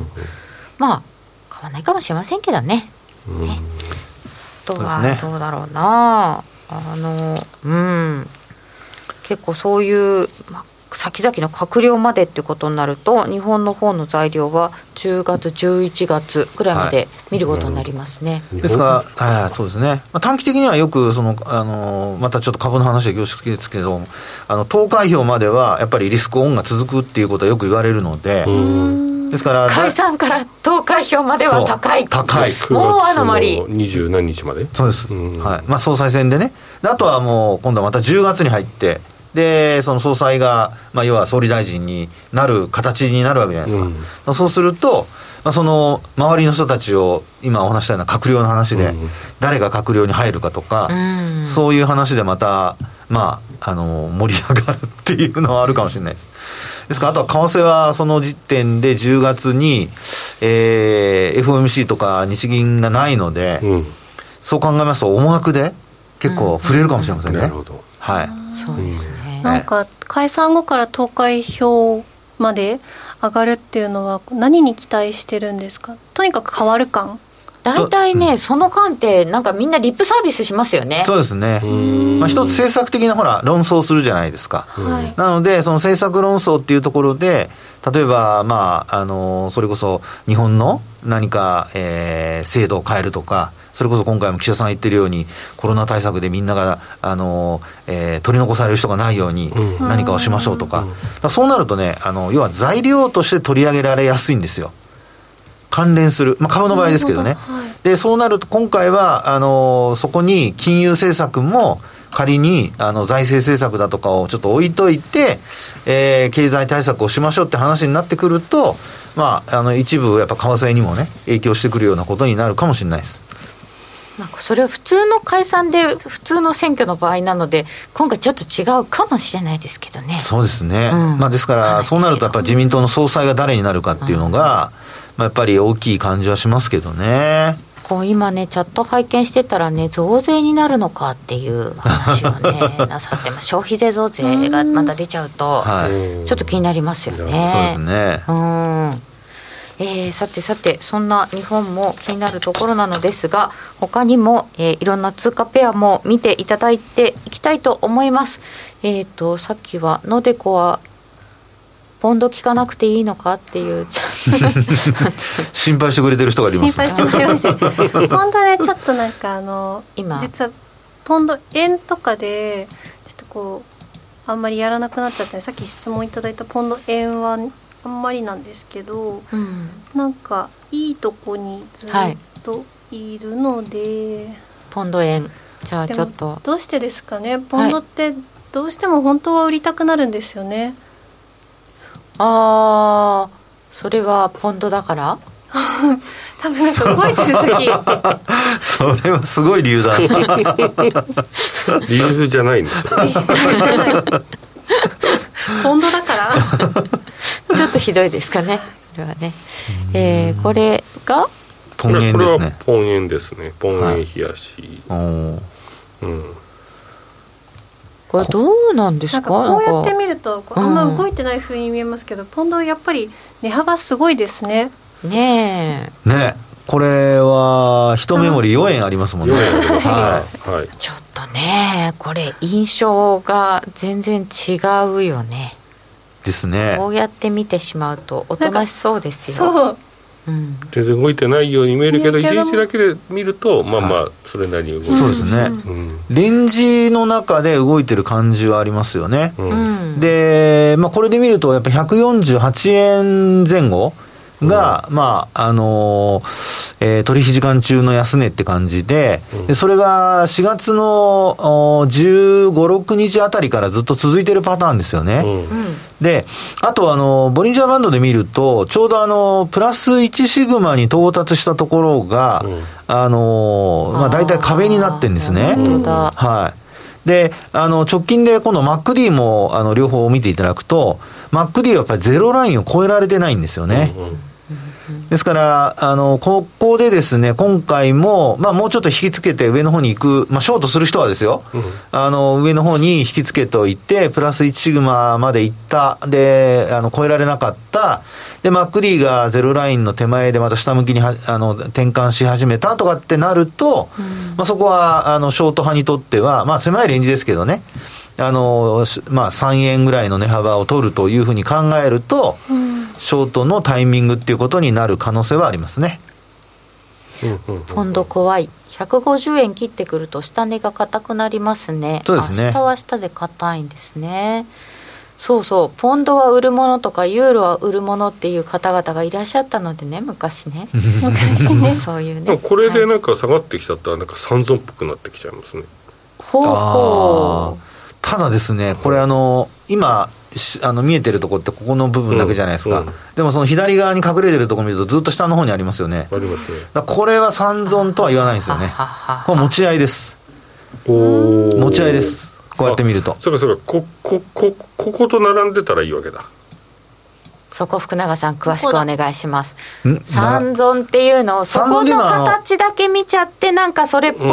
まあ変わらないかもしれませんけどね、うん、ねあとはどうだろうな、あのうん結構そういう、まあ先々の閣僚までっていうことになると日本の方の材料はじゅうがつじゅういちがつぐらいまで見ることになりますね、 はい、ですから、はい、そうですね、まあ、短期的にはよくそのあのまたちょっと株の話で恐縮ですけど、あの投開票まではやっぱりリスクオンが続くっていうことはよく言われるので、ですから解散から投開票までは高い高いもうあのまりにじゅう何日までそうです、はいまあ、総裁選でね、であとはもう今度はまたじゅうがつに入ってでその総裁が、まあ、要は総理大臣になる形になるわけじゃないですか、うん、そうすると、まあ、その周りの人たちを今お話したような閣僚の話で、うん、誰が閣僚に入るかとか、うん、そういう話でまた、まあ、あの盛り上がるっていうのはあるかもしれないです。ですからあとは為替はその時点でじゅうがつに、えー、エフオーエムシー とか日銀がないので、うん、そう考えますと思惑で結構触れるかもしれませんね、うん、なるほど、はい、 そうですね、 なんか解散後から投開票まで上がるっていうのは何に期待してるんですか？とにかく変わる感大体ね、その間ってなんかみんなリップサービスしますよね。 そうですね。まあ、一つ政策的なほら論争するじゃないですか。はい、なのでその政策論争っていうところで、例えばまああのそれこそ日本の何か、えー、制度を変えるとか、それこそ今回も岸田さん言ってるようにコロナ対策でみんながあの、えー、取り残される人がないように何かをしましょうとか、うん、そうなるとね、あの要は材料として取り上げられやすいんですよ。関連する、まあ、株の場合ですけどね、はい、でそうなると今回はあのそこに金融政策も仮にあの財政政策だとかをちょっと置いといて、えー、経済対策をしましょうって話になってくると、まあ、あの一部やっぱ為替にもね影響してくるようなことになるかもしれないです。 なんかそれは普通の解散で普通の選挙の場合なので今回ちょっと違うかもしれないですけどね。 そうですね、うんまあ、ですからそうなるとやっぱり自民党の総裁が誰になるかっていうのが、うんまあ、やっぱり大きい感じはしますけどね。 こう今ねチャット拝見してたらね、増税になるのかっていう話をねなさってます。消費税増税がまた出ちゃうとちょっと気になりますよね。 そうですね。 うん、えー、さてさてそんな日本も気になるところなのですが、他にも、えー、いろんな通貨ペアも見ていただいていきたいと思います。えーとさっきはノデコはポンド効かなくていいのかっていう心配してくれてる人がいます。 心配してくれましたポンドねちょっとなんかあの今実はポンド円とかでちょっとこうあんまりやらなくなっちゃったり、さっき質問いただいたポンド円はあんまりなんですけど、うん、なんかいいとこにずっといるので、はい、 ポンド円じゃあちょっとどうしてですかね。ポンドってどうしても本当は売りたくなるんですよね、はい。 ああ、それはポンドだから多分なんか動いてる時それはすごい理由だ理由じゃないんですよ理由じゃないポンドだからちょっとひどいですかねこれはね、えー、これがポン円ですね。 これはポン円ですね。ポン円冷やし、はい、うんこれどうなんですか。 なんかこうやって見るとあんま動いてない風に見えますけど、うん、ポンドやっぱり値幅すごいですね。 ねえねえこれは一メモリよえんありますもんねはいはい、 ちょっとねこれ印象が全然違うよね。 ですね。 こうやって見てしまうとおとなしそうですよ。 そううん、 全然動いてないように見えるけどいちにちだけで見るとまあまあそれなりに動いてる、 そうですね、うん、レンジの中で動いてる感じはありますよね、うん、で、まあ、これで見るとやっぱりひゃくよんじゅうはちえんぜん後が、うん、まああのーえー、取引時間中の安値って感じで、うん、でそれがしがつのじゅうご、ろくにちあたりからずっと続いてるパターンですよね、うん、であとあのボリンジャーバンドで見るとちょうどあのプラスいちシグマに到達したところが、うん、あのまあ、大体壁になってるんですね。 本当だ、 はい。であの直近で今度 マックディー もあの両方見ていただくと マックディー はやっぱりゼロラインを超えられてないんですよね、うんうん、ですからあのここでですね今回も、まあ、もうちょっと引きつけて上の方に行く、まあ、ショートする人はですよ、うん、あの上の方に引きつけておいてプラスいちシグマまで行ったであの超えられなかったで マックディー がゼロラインの手前でまた下向きにはあの転換し始めたとかってなると、うんまあ、そこはあのショート派にとっては、まあ、狭いレンジですけどねあの、まあ、さんえんぐらいの値幅を取るというふうに考えると、うん、ショートのタイミングっていうことになる可能性はありますね。 ポンド怖い。ひゃくごじゅうえん切ってくると下値が硬くなりますね。 そうですね。 下は下で硬いんですね。そうそうポンドは売るものとかユーロは売るものっていう方々がいらっしゃったのでね昔ね昔ねそういうねこれでなんか下がってきちゃったらなんか三尊っぽくなってきちゃいますね。 ほうほう。 ただですねこれあの今あの見えてるところってここの部分だけじゃないですか、うんうん、でもその左側に隠れてるところ見るとずっと下の方にありますよね。 ありますね。 だこれは三尊とは言わないんですよね。これ持ち合いです。 お持ち合いです。こうやって見るとそうかそうか こ, こ, こ, ここと並んでたらいいわけだ。 そこ福永さん詳しくお願いします。三尊っていうのをそこの形だけ見ちゃってなんかそれっぽいって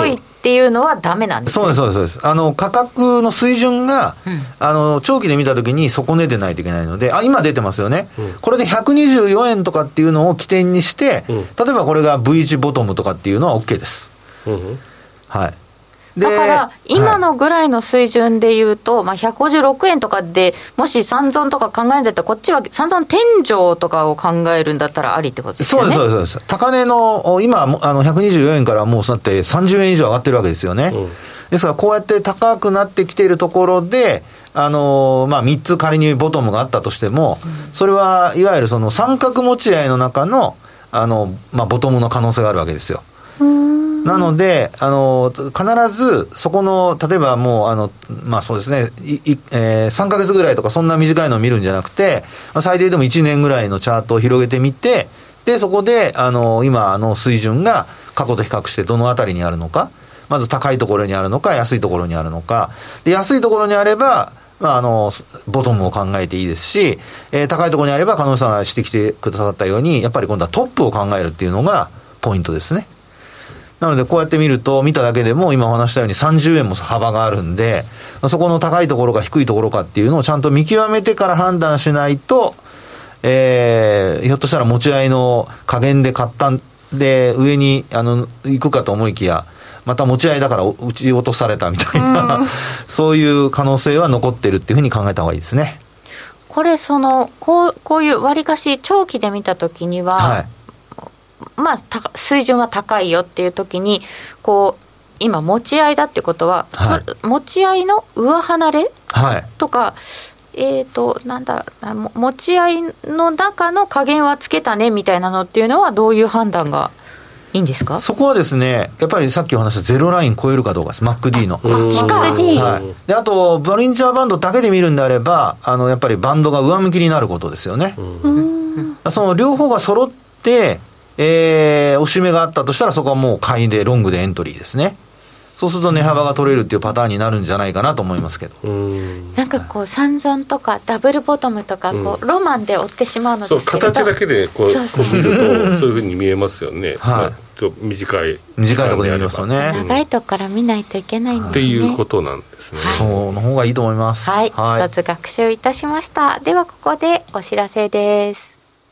っていうのはダメなんですね。 そうですそうですそうです。あの価格の水準が、うん、あの長期で見たときに底値でないといけないので、あ今出てますよね、うん、これでひゃくにじゅうよえんとかっていうのを起点にして、うん、例えばこれが ブイワン ボトムとかっていうのは OK です、うん、はい。 だから今のぐらいの水準でいうと、はい、まあ、ひゃくごじゅうろくえんとかでもし三尊とか考えるんだったらこっちは三尊天井とかを考えるんだったらありってことですよね。 そうですそうですそうです。高値の今あのひゃくにじゅうよえんからもうそうなってさんじゅうえん以上上がってるわけですよね、うん、ですからこうやって高くなってきているところであの、まあ、みっつ仮にボトムがあったとしても、うん、それはいわゆるその三角持ち合いの中の、あの、まあ、ボトムの可能性があるわけですよ。なのであの必ずそこの例えばもうあの、まあそうですねいい、えー、さんかげつぐらいとかそんな短いのを見るんじゃなくて、まあ、最低でもいちねんぐらいのチャートを広げてみて、でそこであの今の水準が過去と比較してどのあたりにあるのか、まず高いところにあるのか安いところにあるのかで、安いところにあればまあ、あのボトムを考えていいですし、えー、高いところにあれば加納さんが指摘してくださったようにやっぱり今度はトップを考えるっていうのがポイントですね。なのでこうやって見ると見ただけでも今お話したようにさんじゅうえんも幅があるんで、そこの高いところか低いところかっていうのをちゃんと見極めてから判断しないと、えー、ひょっとしたら持ち合いの加減で買ったんで上にあの行くかと思いきやまた持ち合いだから打ち落とされたみたいな、うん、そういう可能性は残ってるっていうふうに考えた方がいいですね。 これそのこう、こういう割かし長期で見たときには、はい、まあ、水準は高いよっていう時にこう今持ち合いだってことは、はい、持ち合いの上離れ、はい、とか、えーとなんだ持ち合いの中の加減はつけたねみたいなのっていうのはどういう判断がいいんですか？ そこはですねやっぱりさっきお話したゼロライン超えるかどうかです。 マックディー のマックディー、 はい、であとボリンジャーバンドだけで見るんであればあのやっぱりバンドが上向きになることですよね。うんその両方が揃ってえー、押し目があったとしたらそこはもう買いでロングでエントリーですね。そうすると値幅が取れるっていうパターンになるんじゃないかなと思いますけど、うーんなんかこう三尊とかダブルボトムとかこう、うん、ロマンで追ってしまうのですけど、 そう形だけでこう、そうそうこう見るとそういうふうに見えますよね、はいまあ、ちょっと短い短いところで見ますよね。 長いとこから見ないといけないんですね、 っていうことなんですね、 はい、そうの方がいいと思います。 はい、はい、一つ学習いたしました。ではここでお知らせです。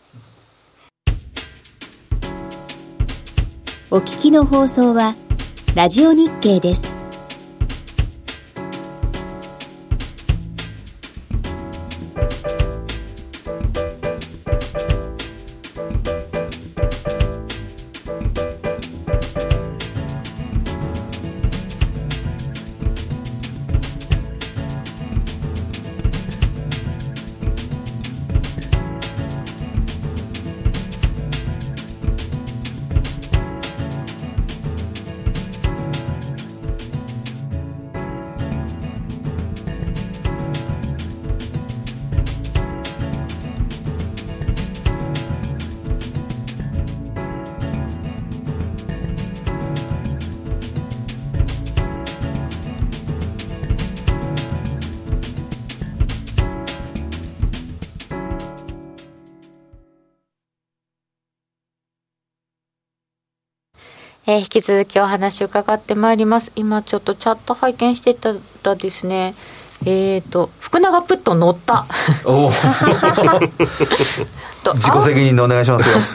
お聞きの放送はラジオ日経です。 えー、引き続きお話を伺ってまいります。今ちょっとチャット拝見してたらですね、えーと福永プット乗ったお自己責任でお願いしますよ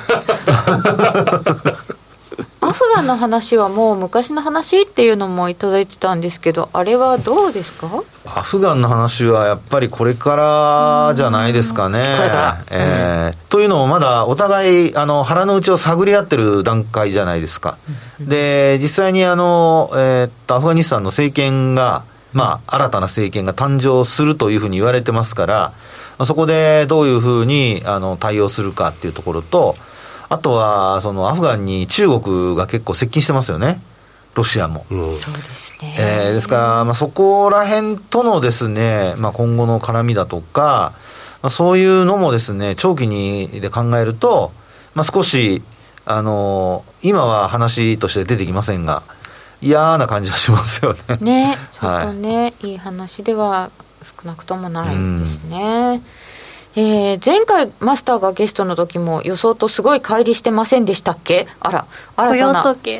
アフガンの話はもう昔の話っていうのもいただいてたんですけど、あれはどうですか？ アフガンの話はやっぱりこれからじゃないですかね。これから、えーうん、というのもまだお互いあの腹の内を探り合ってる段階じゃないですか、うん、で実際にあの、えー、っとアフガニスタンの政権が、まあ、新たな政権が誕生するというふうに言われてますから、そこでどういうふうにあの対応するかっていうところと、あとはそのアフガンに中国が結構接近してますよね、ロシアも、うん、そうですね、えー、ですから、まあ、そこら辺とのですね、まあ、今後の絡みだとか、まあ、そういうのもですね長期にで考えると、まあ、少しあの今は話として出てきませんが嫌な感じはしますよね。 ね、ちょっとね、はい、いい話では少なくともないですね、うんえー、前回マスターがゲストの時も予想とすごい乖離してませんでしたっけ？あら、新たな雇用統計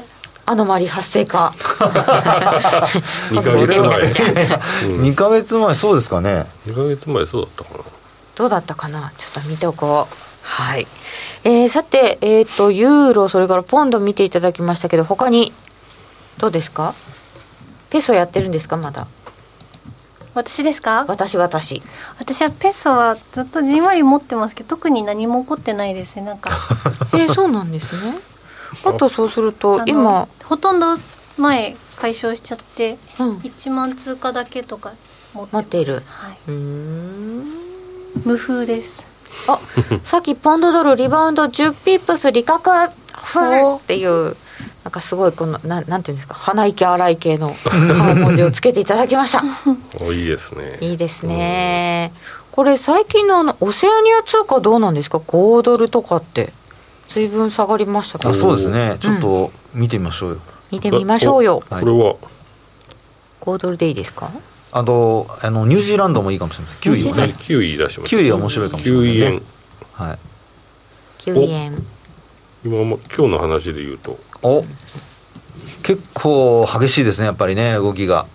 アノマリ発生かにかげつまえにかげつまえそうですかね。 にかげつまえそうだったかな。 どうだったかな、ちょっと見ておこう。はい、えー、さて、えーと、ユーロそれからポンド見ていただきましたけど、他にどうですか？ペソやってるんですか？まだ。 私ですか？ 私私私はペソはずっとじんわり持ってますけど、特に何も起こってないですね。なんかえー、そうなんですね。あとそうすると今ほとんど前解消しちゃって、 うん、 いちまん通貨だけとか持って、 持っている、 はい、 うーん無風です。 あさっきポンドドルリバウンドじゅうピップス利確ふんっていうなんかすごいこの な, なんていうんですか、鼻息荒い系の文字をつけていただきましたおいいですね。 いいですね。これ最近のあのオセアニア通貨どうなんですか？ごドルとかって随分下がりましたか？ あ、そうですね、ちょっと見てみましょうよ、うん、 見てみましょうよ。 これはごドルでいいですか？ あとあのニュージーランドもいいかもしれません。キウイもね、 キウイ出しました。 キウイは面白いかもしれませんね。 キウイ円、 はい、 きゅうえん。 今も今日の話で言うとお結構激しいですね、やっぱりね、動きが。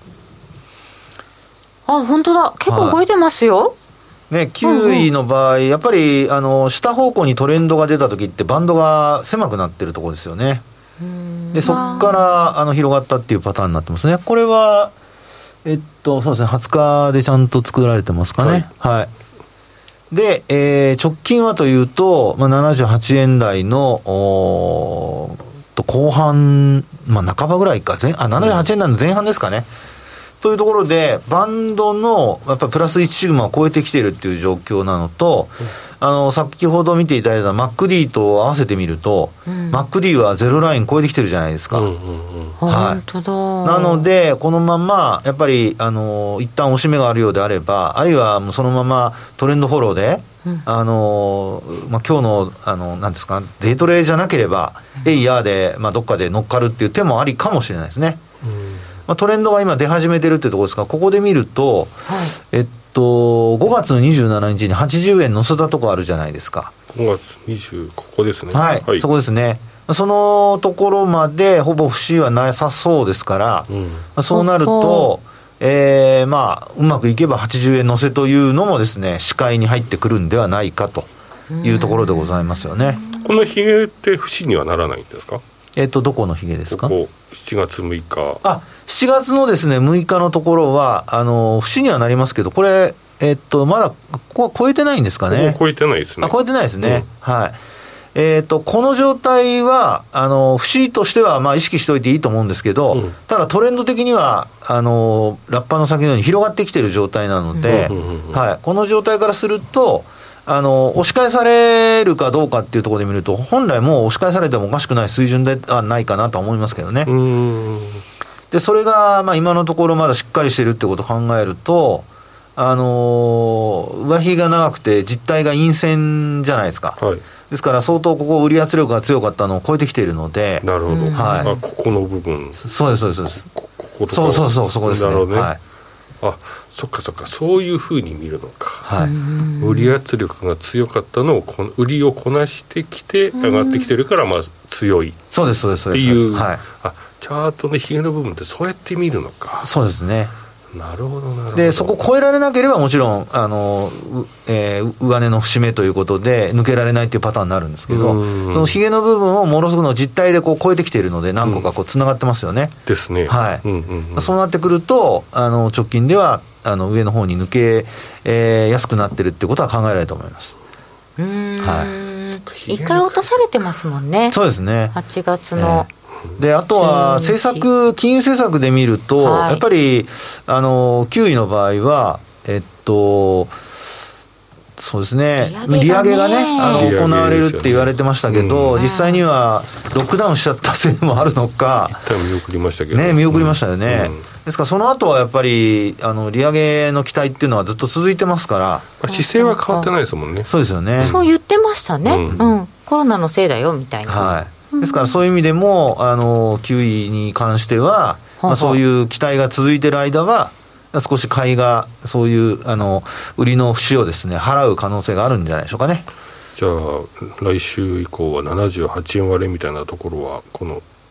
あ、本当だ、結構動いてますよ、 はい、ね、キウイの場合、うんうん、やっぱりあの下方向にトレンドが出た時ってバンドが狭くなってるところですよね。でそこからあの広がったっていうパターンになってますね。これはえっとそうですね、はつかでちゃんと作られてますかね。はい、はい、で、えー、直近はというと、まあ、ななじゅうはちえん台のおと後半、まあ、半ばぐらいか、前あななじゅうはちえん台の前半ですかね、うん、というところでバンドのやっぱプラスいちシグマを超えてきているっていう状況なのと、うん、あの先ほど見ていただいた マックディー と合わせてみると、うん、マックディー はゼロライン超えてきてるじゃないですか、うんうんうん、はい、 本当だ。なのでこのままやっぱりあの一旦押し目があるようであれば、あるいはそのままトレンドフォローで、うん、あのまあ、今日の、あのなんですか、デイトレじゃなければ、うん、エイヤーで、まあ、どっかで乗っかるっていう手もありかもしれないですね、うん、まあ、トレンドが今出始めてるっていうところですが、ここで見ると、はい、えっとごがつのにじゅうしちにちにはちじゅうえん乗せたところあるじゃないですか。 ごがつにじゅう、ここですね、 はい、はい、そこですね。そのところまでほぼ節はなさそうですから、うん、まあ、そうなると、えー、まあうまくいけばはちじゅうえん乗せというのもですね、視界に入ってくるんではないかというところでございますよね。 このヒゲって節にはならないんですか？ えっとどこのヒゲですか？ ここしちがつむいか。 あ、しちがつのですねむいかのところはあの節にはなりますけど、これえっとまだここは超えてないんですかね。 ここ超えてないですね。 あ、超えてないですね、うん、はい。えー、とこの状態はあの節としてはまあ意識しておいていいと思うんですけど、うん、ただトレンド的にはあのラッパの先のように広がってきている状態なので、はい、この状態からするとあの押し返されるかどうかっていうところで見ると、本来もう押し返されてもおかしくない水準ではないかなと思いますけどね。うーん、でそれがまあ今のところまだしっかりしているってことを考えると、あのー、上髭が長くて実態が陰線じゃないですか、はい、ですから相当ここ売り圧力が強かったのを超えてきているので。 なるほど、はい、あ、ここの部分。 そうですそうですそうです。 ここことか。 そうそうそう、そこですね。 なるほどね、 はい、 あ、そっかそっか、そういうふうに見るのか、はい、売り圧力が強かったのをこの売りをこなしてきて上がってきてるから、まあ強い。 そうですそうですそうです。 っていう、 はい、 あ、チャートのヒゲの部分ってそうやって見るのか。 そうですね。 なるほどなるほど。 でそこ超えられなければもちろんあの、えー、上値の節目ということで抜けられないというパターンになるんですけど、そのヒゲの部分をものすごく実態でこう超えてきているので何個かこうつながってますよね、 うん、ですね、 はい、 うんうんうん、そうなってくるとあの直近ではあの上の方に抜け、えー、やすくなってるってことは考えられると思います。 うーん、はい、一回落とされてますもんね。 そうですね、 はちがつの、えーであとは政策、金融政策で見ると、はい、やっぱりあのキウイの場合は、えっと、そうですね、利上げがね、あの行われるって言われてましたけど、うん、実際にはロックダウンしちゃったせいもあるのか、 一旦見送りましたけど、 ね、見送りましたよね、 うん、 ですからその後はやっぱりあの利上げの期待っていうのはずっと続いてますから、 姿勢は変わってないですもんね。 そうですよね、 そう言ってましたね、うんうん、コロナのせいだよみたいな、 はい、ですからそういう意味でもあのキウイに関しては、まあ、そういう期待が続いている間は少し買いがそういうあの売りの節をですね払う可能性があるんじゃないでしょうかね。 じゃあ来週以降はななじゅうはちえん割れみたいなところはこの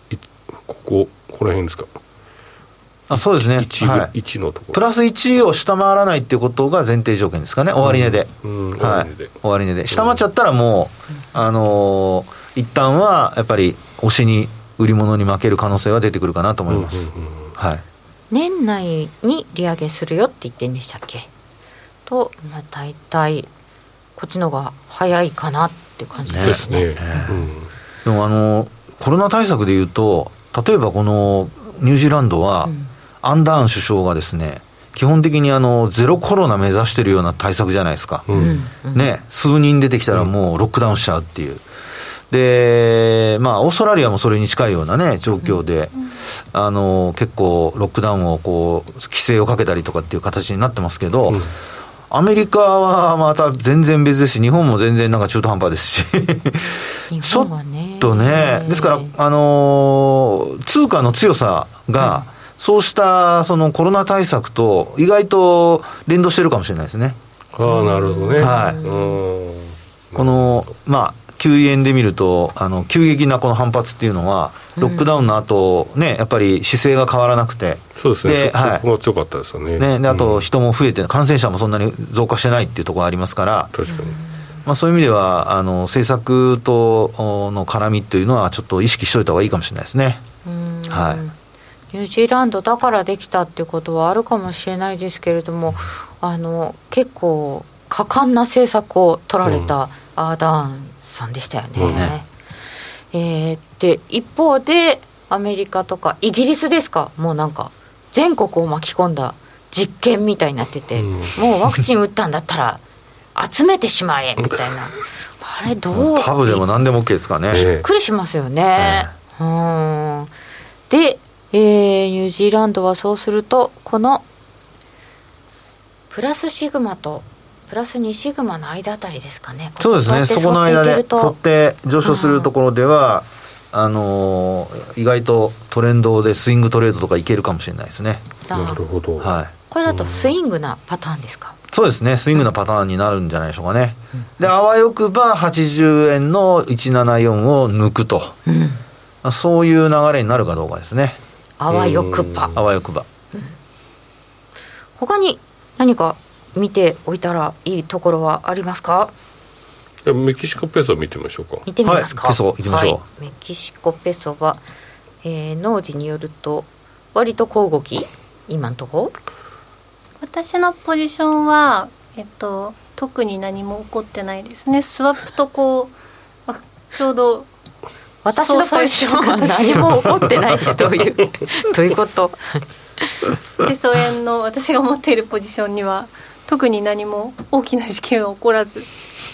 こここの辺ですか。 あ、そうですね。 1, はい、 いちのところプラスいちを下回らないっていうことが前提条件ですかね。終値で、 うんうん、 はい、終値で下回っちゃったらもう、あのー、一旦はやっぱり押しに売り物に負ける可能性は出てくるかなと思います、うんうんうん、はい、 年内に利上げするよって言ってんでしたっけと、まあ、大体こっちの方が早いかなっていう感じですね。 ね、うん、でもあのコロナ対策でいうと、例えばこのニュージーランドは、うん、アンダーン首相がですね、基本的にあのゼロコロナ目指してるような対策じゃないですか、うんね、数人出てきたらもうロックダウンしちゃうっていう。で、まあ、オーストラリアもそれに近いような、ね、状況で、うん、あの結構ロックダウンをこう規制をかけたりとかっていう形になってますけど、うん、アメリカはまた全然別ですし、日本も全然なんか中途半端ですしちょっとね、ですから、あの通貨の強さが、うん、そうしたそのコロナ対策と意外と連動してるかもしれないですね。 ああ、なるほどね。 はい、うん、このまあ救援で見ると、あの急激なこの反発っていうのは、ロックダウンの後、ね、やっぱり姿勢が変わらなくて、 そうですね、で、はい、そこが強かったですよね。 ね、であと人も増えて、うん、感染者もそんなに増加してないっていうところがありますから、 確かに、 まあ、そういう意味ではあの政策との絡みというのはちょっと意識しておいた方がいいかもしれないですね。 うん、はい、ニュージーランドだからできたっていうことはあるかもしれないですけれども、あの結構果敢な政策を取られたアーダーンさんでしたよね、うんね、えー、で一方でアメリカとかイギリスですか、もうなんか全国を巻き込んだ実験みたいになってて、うん、もうワクチン打ったんだったら集めてしまえみたいなあれどう、 パブでも何でも OK ですかね。 びっくりしますよね、えー、うんで、えー、ニュージーランドはそうするとこのプラスシグマとプラスにシグマの間あたりですかね。 そうですね、そこの間で沿って上昇するところでは、あのー、意外とトレンドでスイングトレードとかいけるかもしれないですね。 なるほど、 はい、 これだとスイングなパターンですか。 そうですね、スイングなパターンになるんじゃないでしょうかね、うん、であわよくばはちじゅうえんのいちななよんを抜くと、うん、そういう流れになるかどうかですね。 あわよくばあわよくば、うん、 他に何か見ておいたらいいところはありますか。 メキシコペソ見てみましょうか。 見てみますか、 はい、ペソ行きましょう、 はい、メキシコペソは、えー、農事によると割と小動き今のところ。 私のポジションは、えっと、特に何も起こってないですね。スワップとこうあちょうど私のポジションは何も起こってないってどういうどういうことペソ円の私が持っているポジションには特に何も大きな事件は起こらず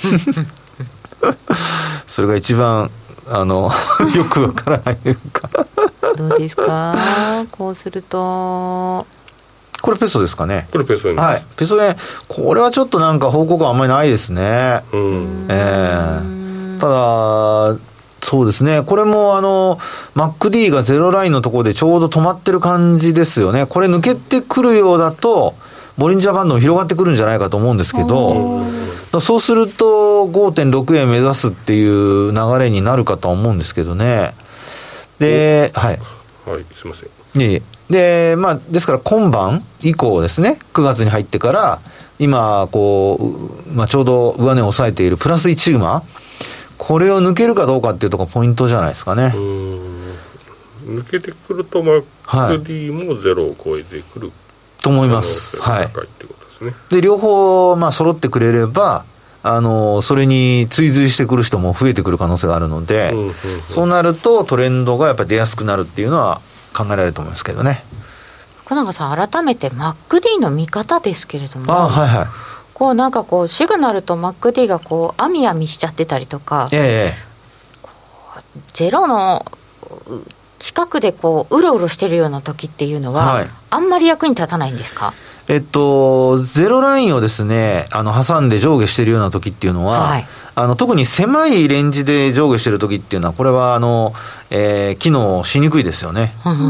それが一番あのよくわからないというかどうですか。こうするとこれペソですかね。 これペソ円です、 はい、ペソ円これはちょっとなんか報告あんまりないですね、うんえー、ただそうですね、これもあの マックディー がゼロラインのところでちょうど止まってる感じですよね。これ抜けてくるようだとボリンジャーバンドも広がってくるんじゃないかと思うんですけど、そうすると ごてんろくえん目指すっていう流れになるかと思うんですけどね。で、はい、 はい、すいません。 いえで、まあ、ですから今晩以降ですね、くがつに入ってから今こう、まあ、ちょうど上値を抑えているプラスいちシグマ、これを抜けるかどうかっていうところがポイントじゃないですかね。 うーん、抜けてくるとマックディーもゼロを超えてくる、はい、 と思います。はい。 高いってことですね。 で両方まあ揃ってくれれば、あのそれに追随してくる人も増えてくる可能性があるので、うんうんうん、そうなるとトレンドがやっぱり出やすくなるっていうのは考えられると思いますけどね。 福永さん、改めて マックディー の見方ですけれども、 あ、はいはい、 こうなんかこうシグナルと マックディー がこうあみあみしちゃってたりとか、 ええ、 こうゼロの近くでこううろうろしてるような時っていうのは、はい、あんまり役に立たないんですか。 えっと、ゼロラインをですね、あの挟んで上下しているような時っていうのは、はい、あの特に狭いレンジで上下している時っていうのは、これはあの、えー、機能しにくいですよね。うん、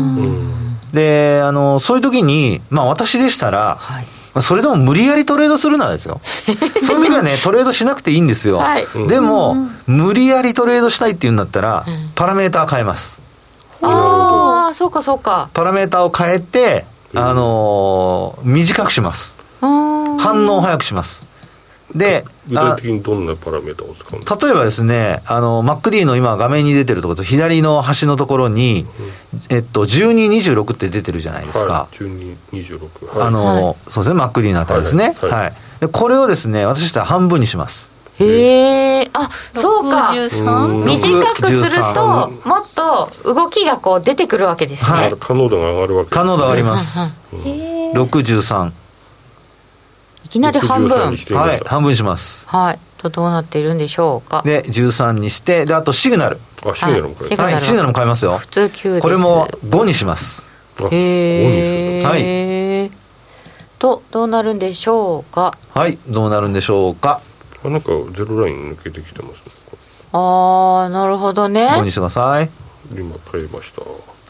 で、あのそういう時に、まあ、私でしたら、はい、それでも無理やりトレードするならですよそういう時はねトレードしなくていいんですよ、はい、でも、うん、無理やりトレードしたいっていうんだったら、うん、パラメーター変えます。 ああそうかそうか、 パラメータを変えて、あのー、短くします。反応を早くします。で、 具体的にどんなパラメータを使うんですか？ 例えばですね、あの マックディー の今画面に出てるところと左の端のところに、うん、えっと、じゅうに、にじゅうろくって出てるじゃないですか、 はい、じゅうに、にじゅうろく、はい、 あの、はい、そうですね、マックディー のあたりですね、はいはいはい、でこれをですね、私としては半分にします。 へえ、あ、そうか、 ろくじゅうさん短くするともっと動きがこう出てくるわけですね、はい、 可能度が上がるわけですね。 可能度上がります、うん、ろくじゅうさん、 いきなり半分、 はい、半分します。 はい、とどうなっているんでしょうか。 でじゅうさんにして、であとシグナル、 あ、シグナルも変える、 はい、シグナルも変えますよ。 普通級です。 これもごにします。 へえ、 はい、 とどうなるんでしょうか。 はい、どうなるんでしょうか。 あ、なんかゼロライン抜けてきてますね。 ああ、なるほどね。 ごにしてください。 今変えました。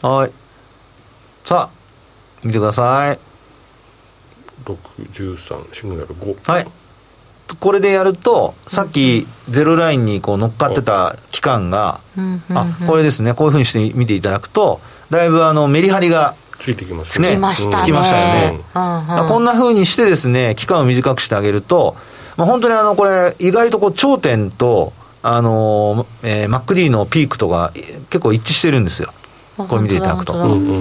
はい、さあ見てください。 ろくじゅうさん、シグナルご、 はい、これでやるとさっきゼロラインにこう乗っかってた期間が、うんうんうん、あ、これですね、こういうふうにして見ていただくとだいぶあのメリハリがついてきますね。 つきましたね。 つきましたよね、うんうん、こんなふうにしてですね、期間を短くしてあげると、まあ、本当にあのこれ意外とこう頂点とあの、えー、マックディー のピークとか結構一致してるんですよ。これ見ていただくと、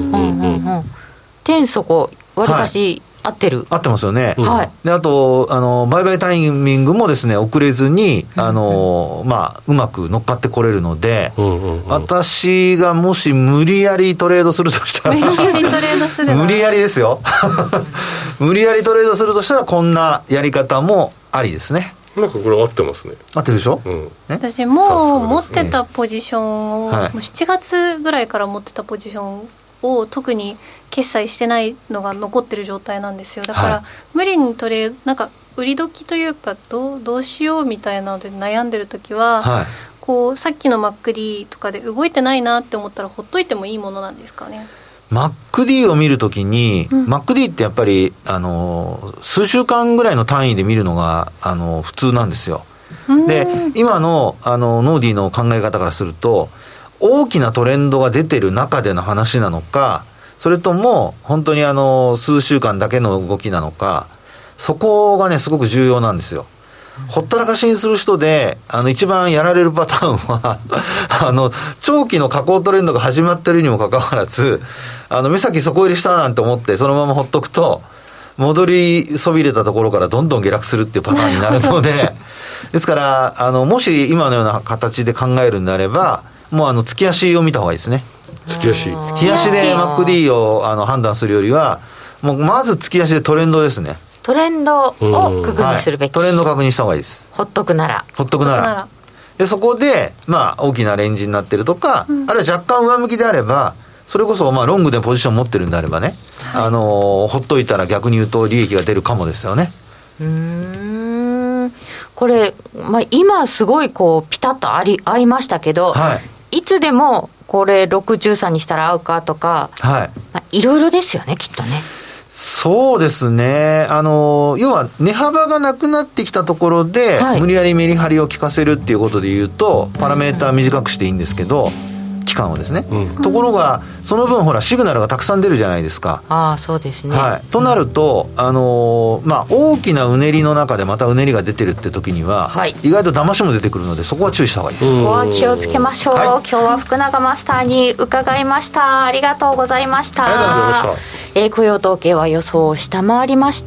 点そこわりかし合ってる、 合ってますよね、 うん、はい。 であとあの売買タイミングもですね遅れずにあの、うんまあ、うまく乗っかってこれるので、うんうんうん、私がもし無理やりトレードするとしたら無理やりトレードする無理やりですよ無理やりトレードするとしたらこんなやり方もありですね。 なんかこれ合ってますね。 合ってるでしょ、うん、 私もう持ってたポジションを、うん、もうしちがつぐらいから持ってたポジションを特に決済してないのが残ってる状態なんですよ。だから、はい、無理にトレードなんか売り時というかどう、どうしようみたいなので悩んでるときは、はい、こうさっきのマックディーとかで動いてないなって思ったらほっといてもいいものなんですかね。 マックディー を見るときに、うん、マックディー ってやっぱりあの数週間ぐらいの単位で見るのがあの普通なんですよ。で今のあのノーディーの考え方からすると大きなトレンドが出てる中での話なのか、それとも本当にあの数週間だけの動きなのか、そこがねすごく重要なんですよ。ほったらかしにする人であの一番やられるパターンはあの長期の下降トレンドが始まってるにもかかわらずあの目先底入りしたなんて思ってそのままほっとくと戻りそびれたところからどんどん下落するっていうパターンになるのでですからあのもし今のような形で考えるんであればもうあの月足を見た方がいいですね。 月足月足で マックディー をあの判断するよりはもうまず月足でトレンドですね。 トレンドを確認するべき、 はい、トレンドを確認した方がいいです。 ほっとくならほっとくならでそこで、まあ、大きなレンジになってるとか、うん、あるいは若干上向きであればそれこそまあロングでポジション持ってるんであればね、はい、あのほっといたら逆に言うと利益が出るかもですよね。 うーんこれ、まあ、今すごいこうピタッとあり合いましたけど、はい、いつでもこれろくじゅうさんにしたら合うかとか、はいまあ、いろいろですよねきっとね。 そうですね、あの要は値幅がなくなってきたところで、はい、無理やりメリハリを効かせるっていうことでいうとパラメーター短くしていいんですけど期間をですね、うん、ところがその分ほらシグナルがたくさん出るじゃないですか。 ああそうですね、 はい、となると、あのーまあ、大きなうねりの中でまたうねりが出てるって時には、はい、意外と騙しも出てくるのでそこは注意した方がいいです。 そこは気をつけましょう、はい、今日は福永マスターに伺いました。ありがとうございました。 ありがとうございました。 えー、雇用統計は予想を下回りました。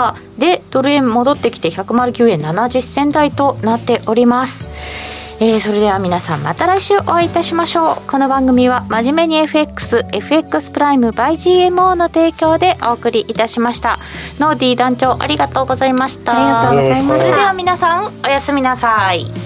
でドル円戻ってきてひゃくきゅうえんななじゅっせん台となっております。えー、それでは皆さんまた来週お会いいたしましょう。この番組は真面目に エフエックス エフエックス プライム by ジーエムオー の提供でお送りいたしました。ノーディー団長ありがとうございました。 ありがとうございました。 それでは皆さんおやすみなさい。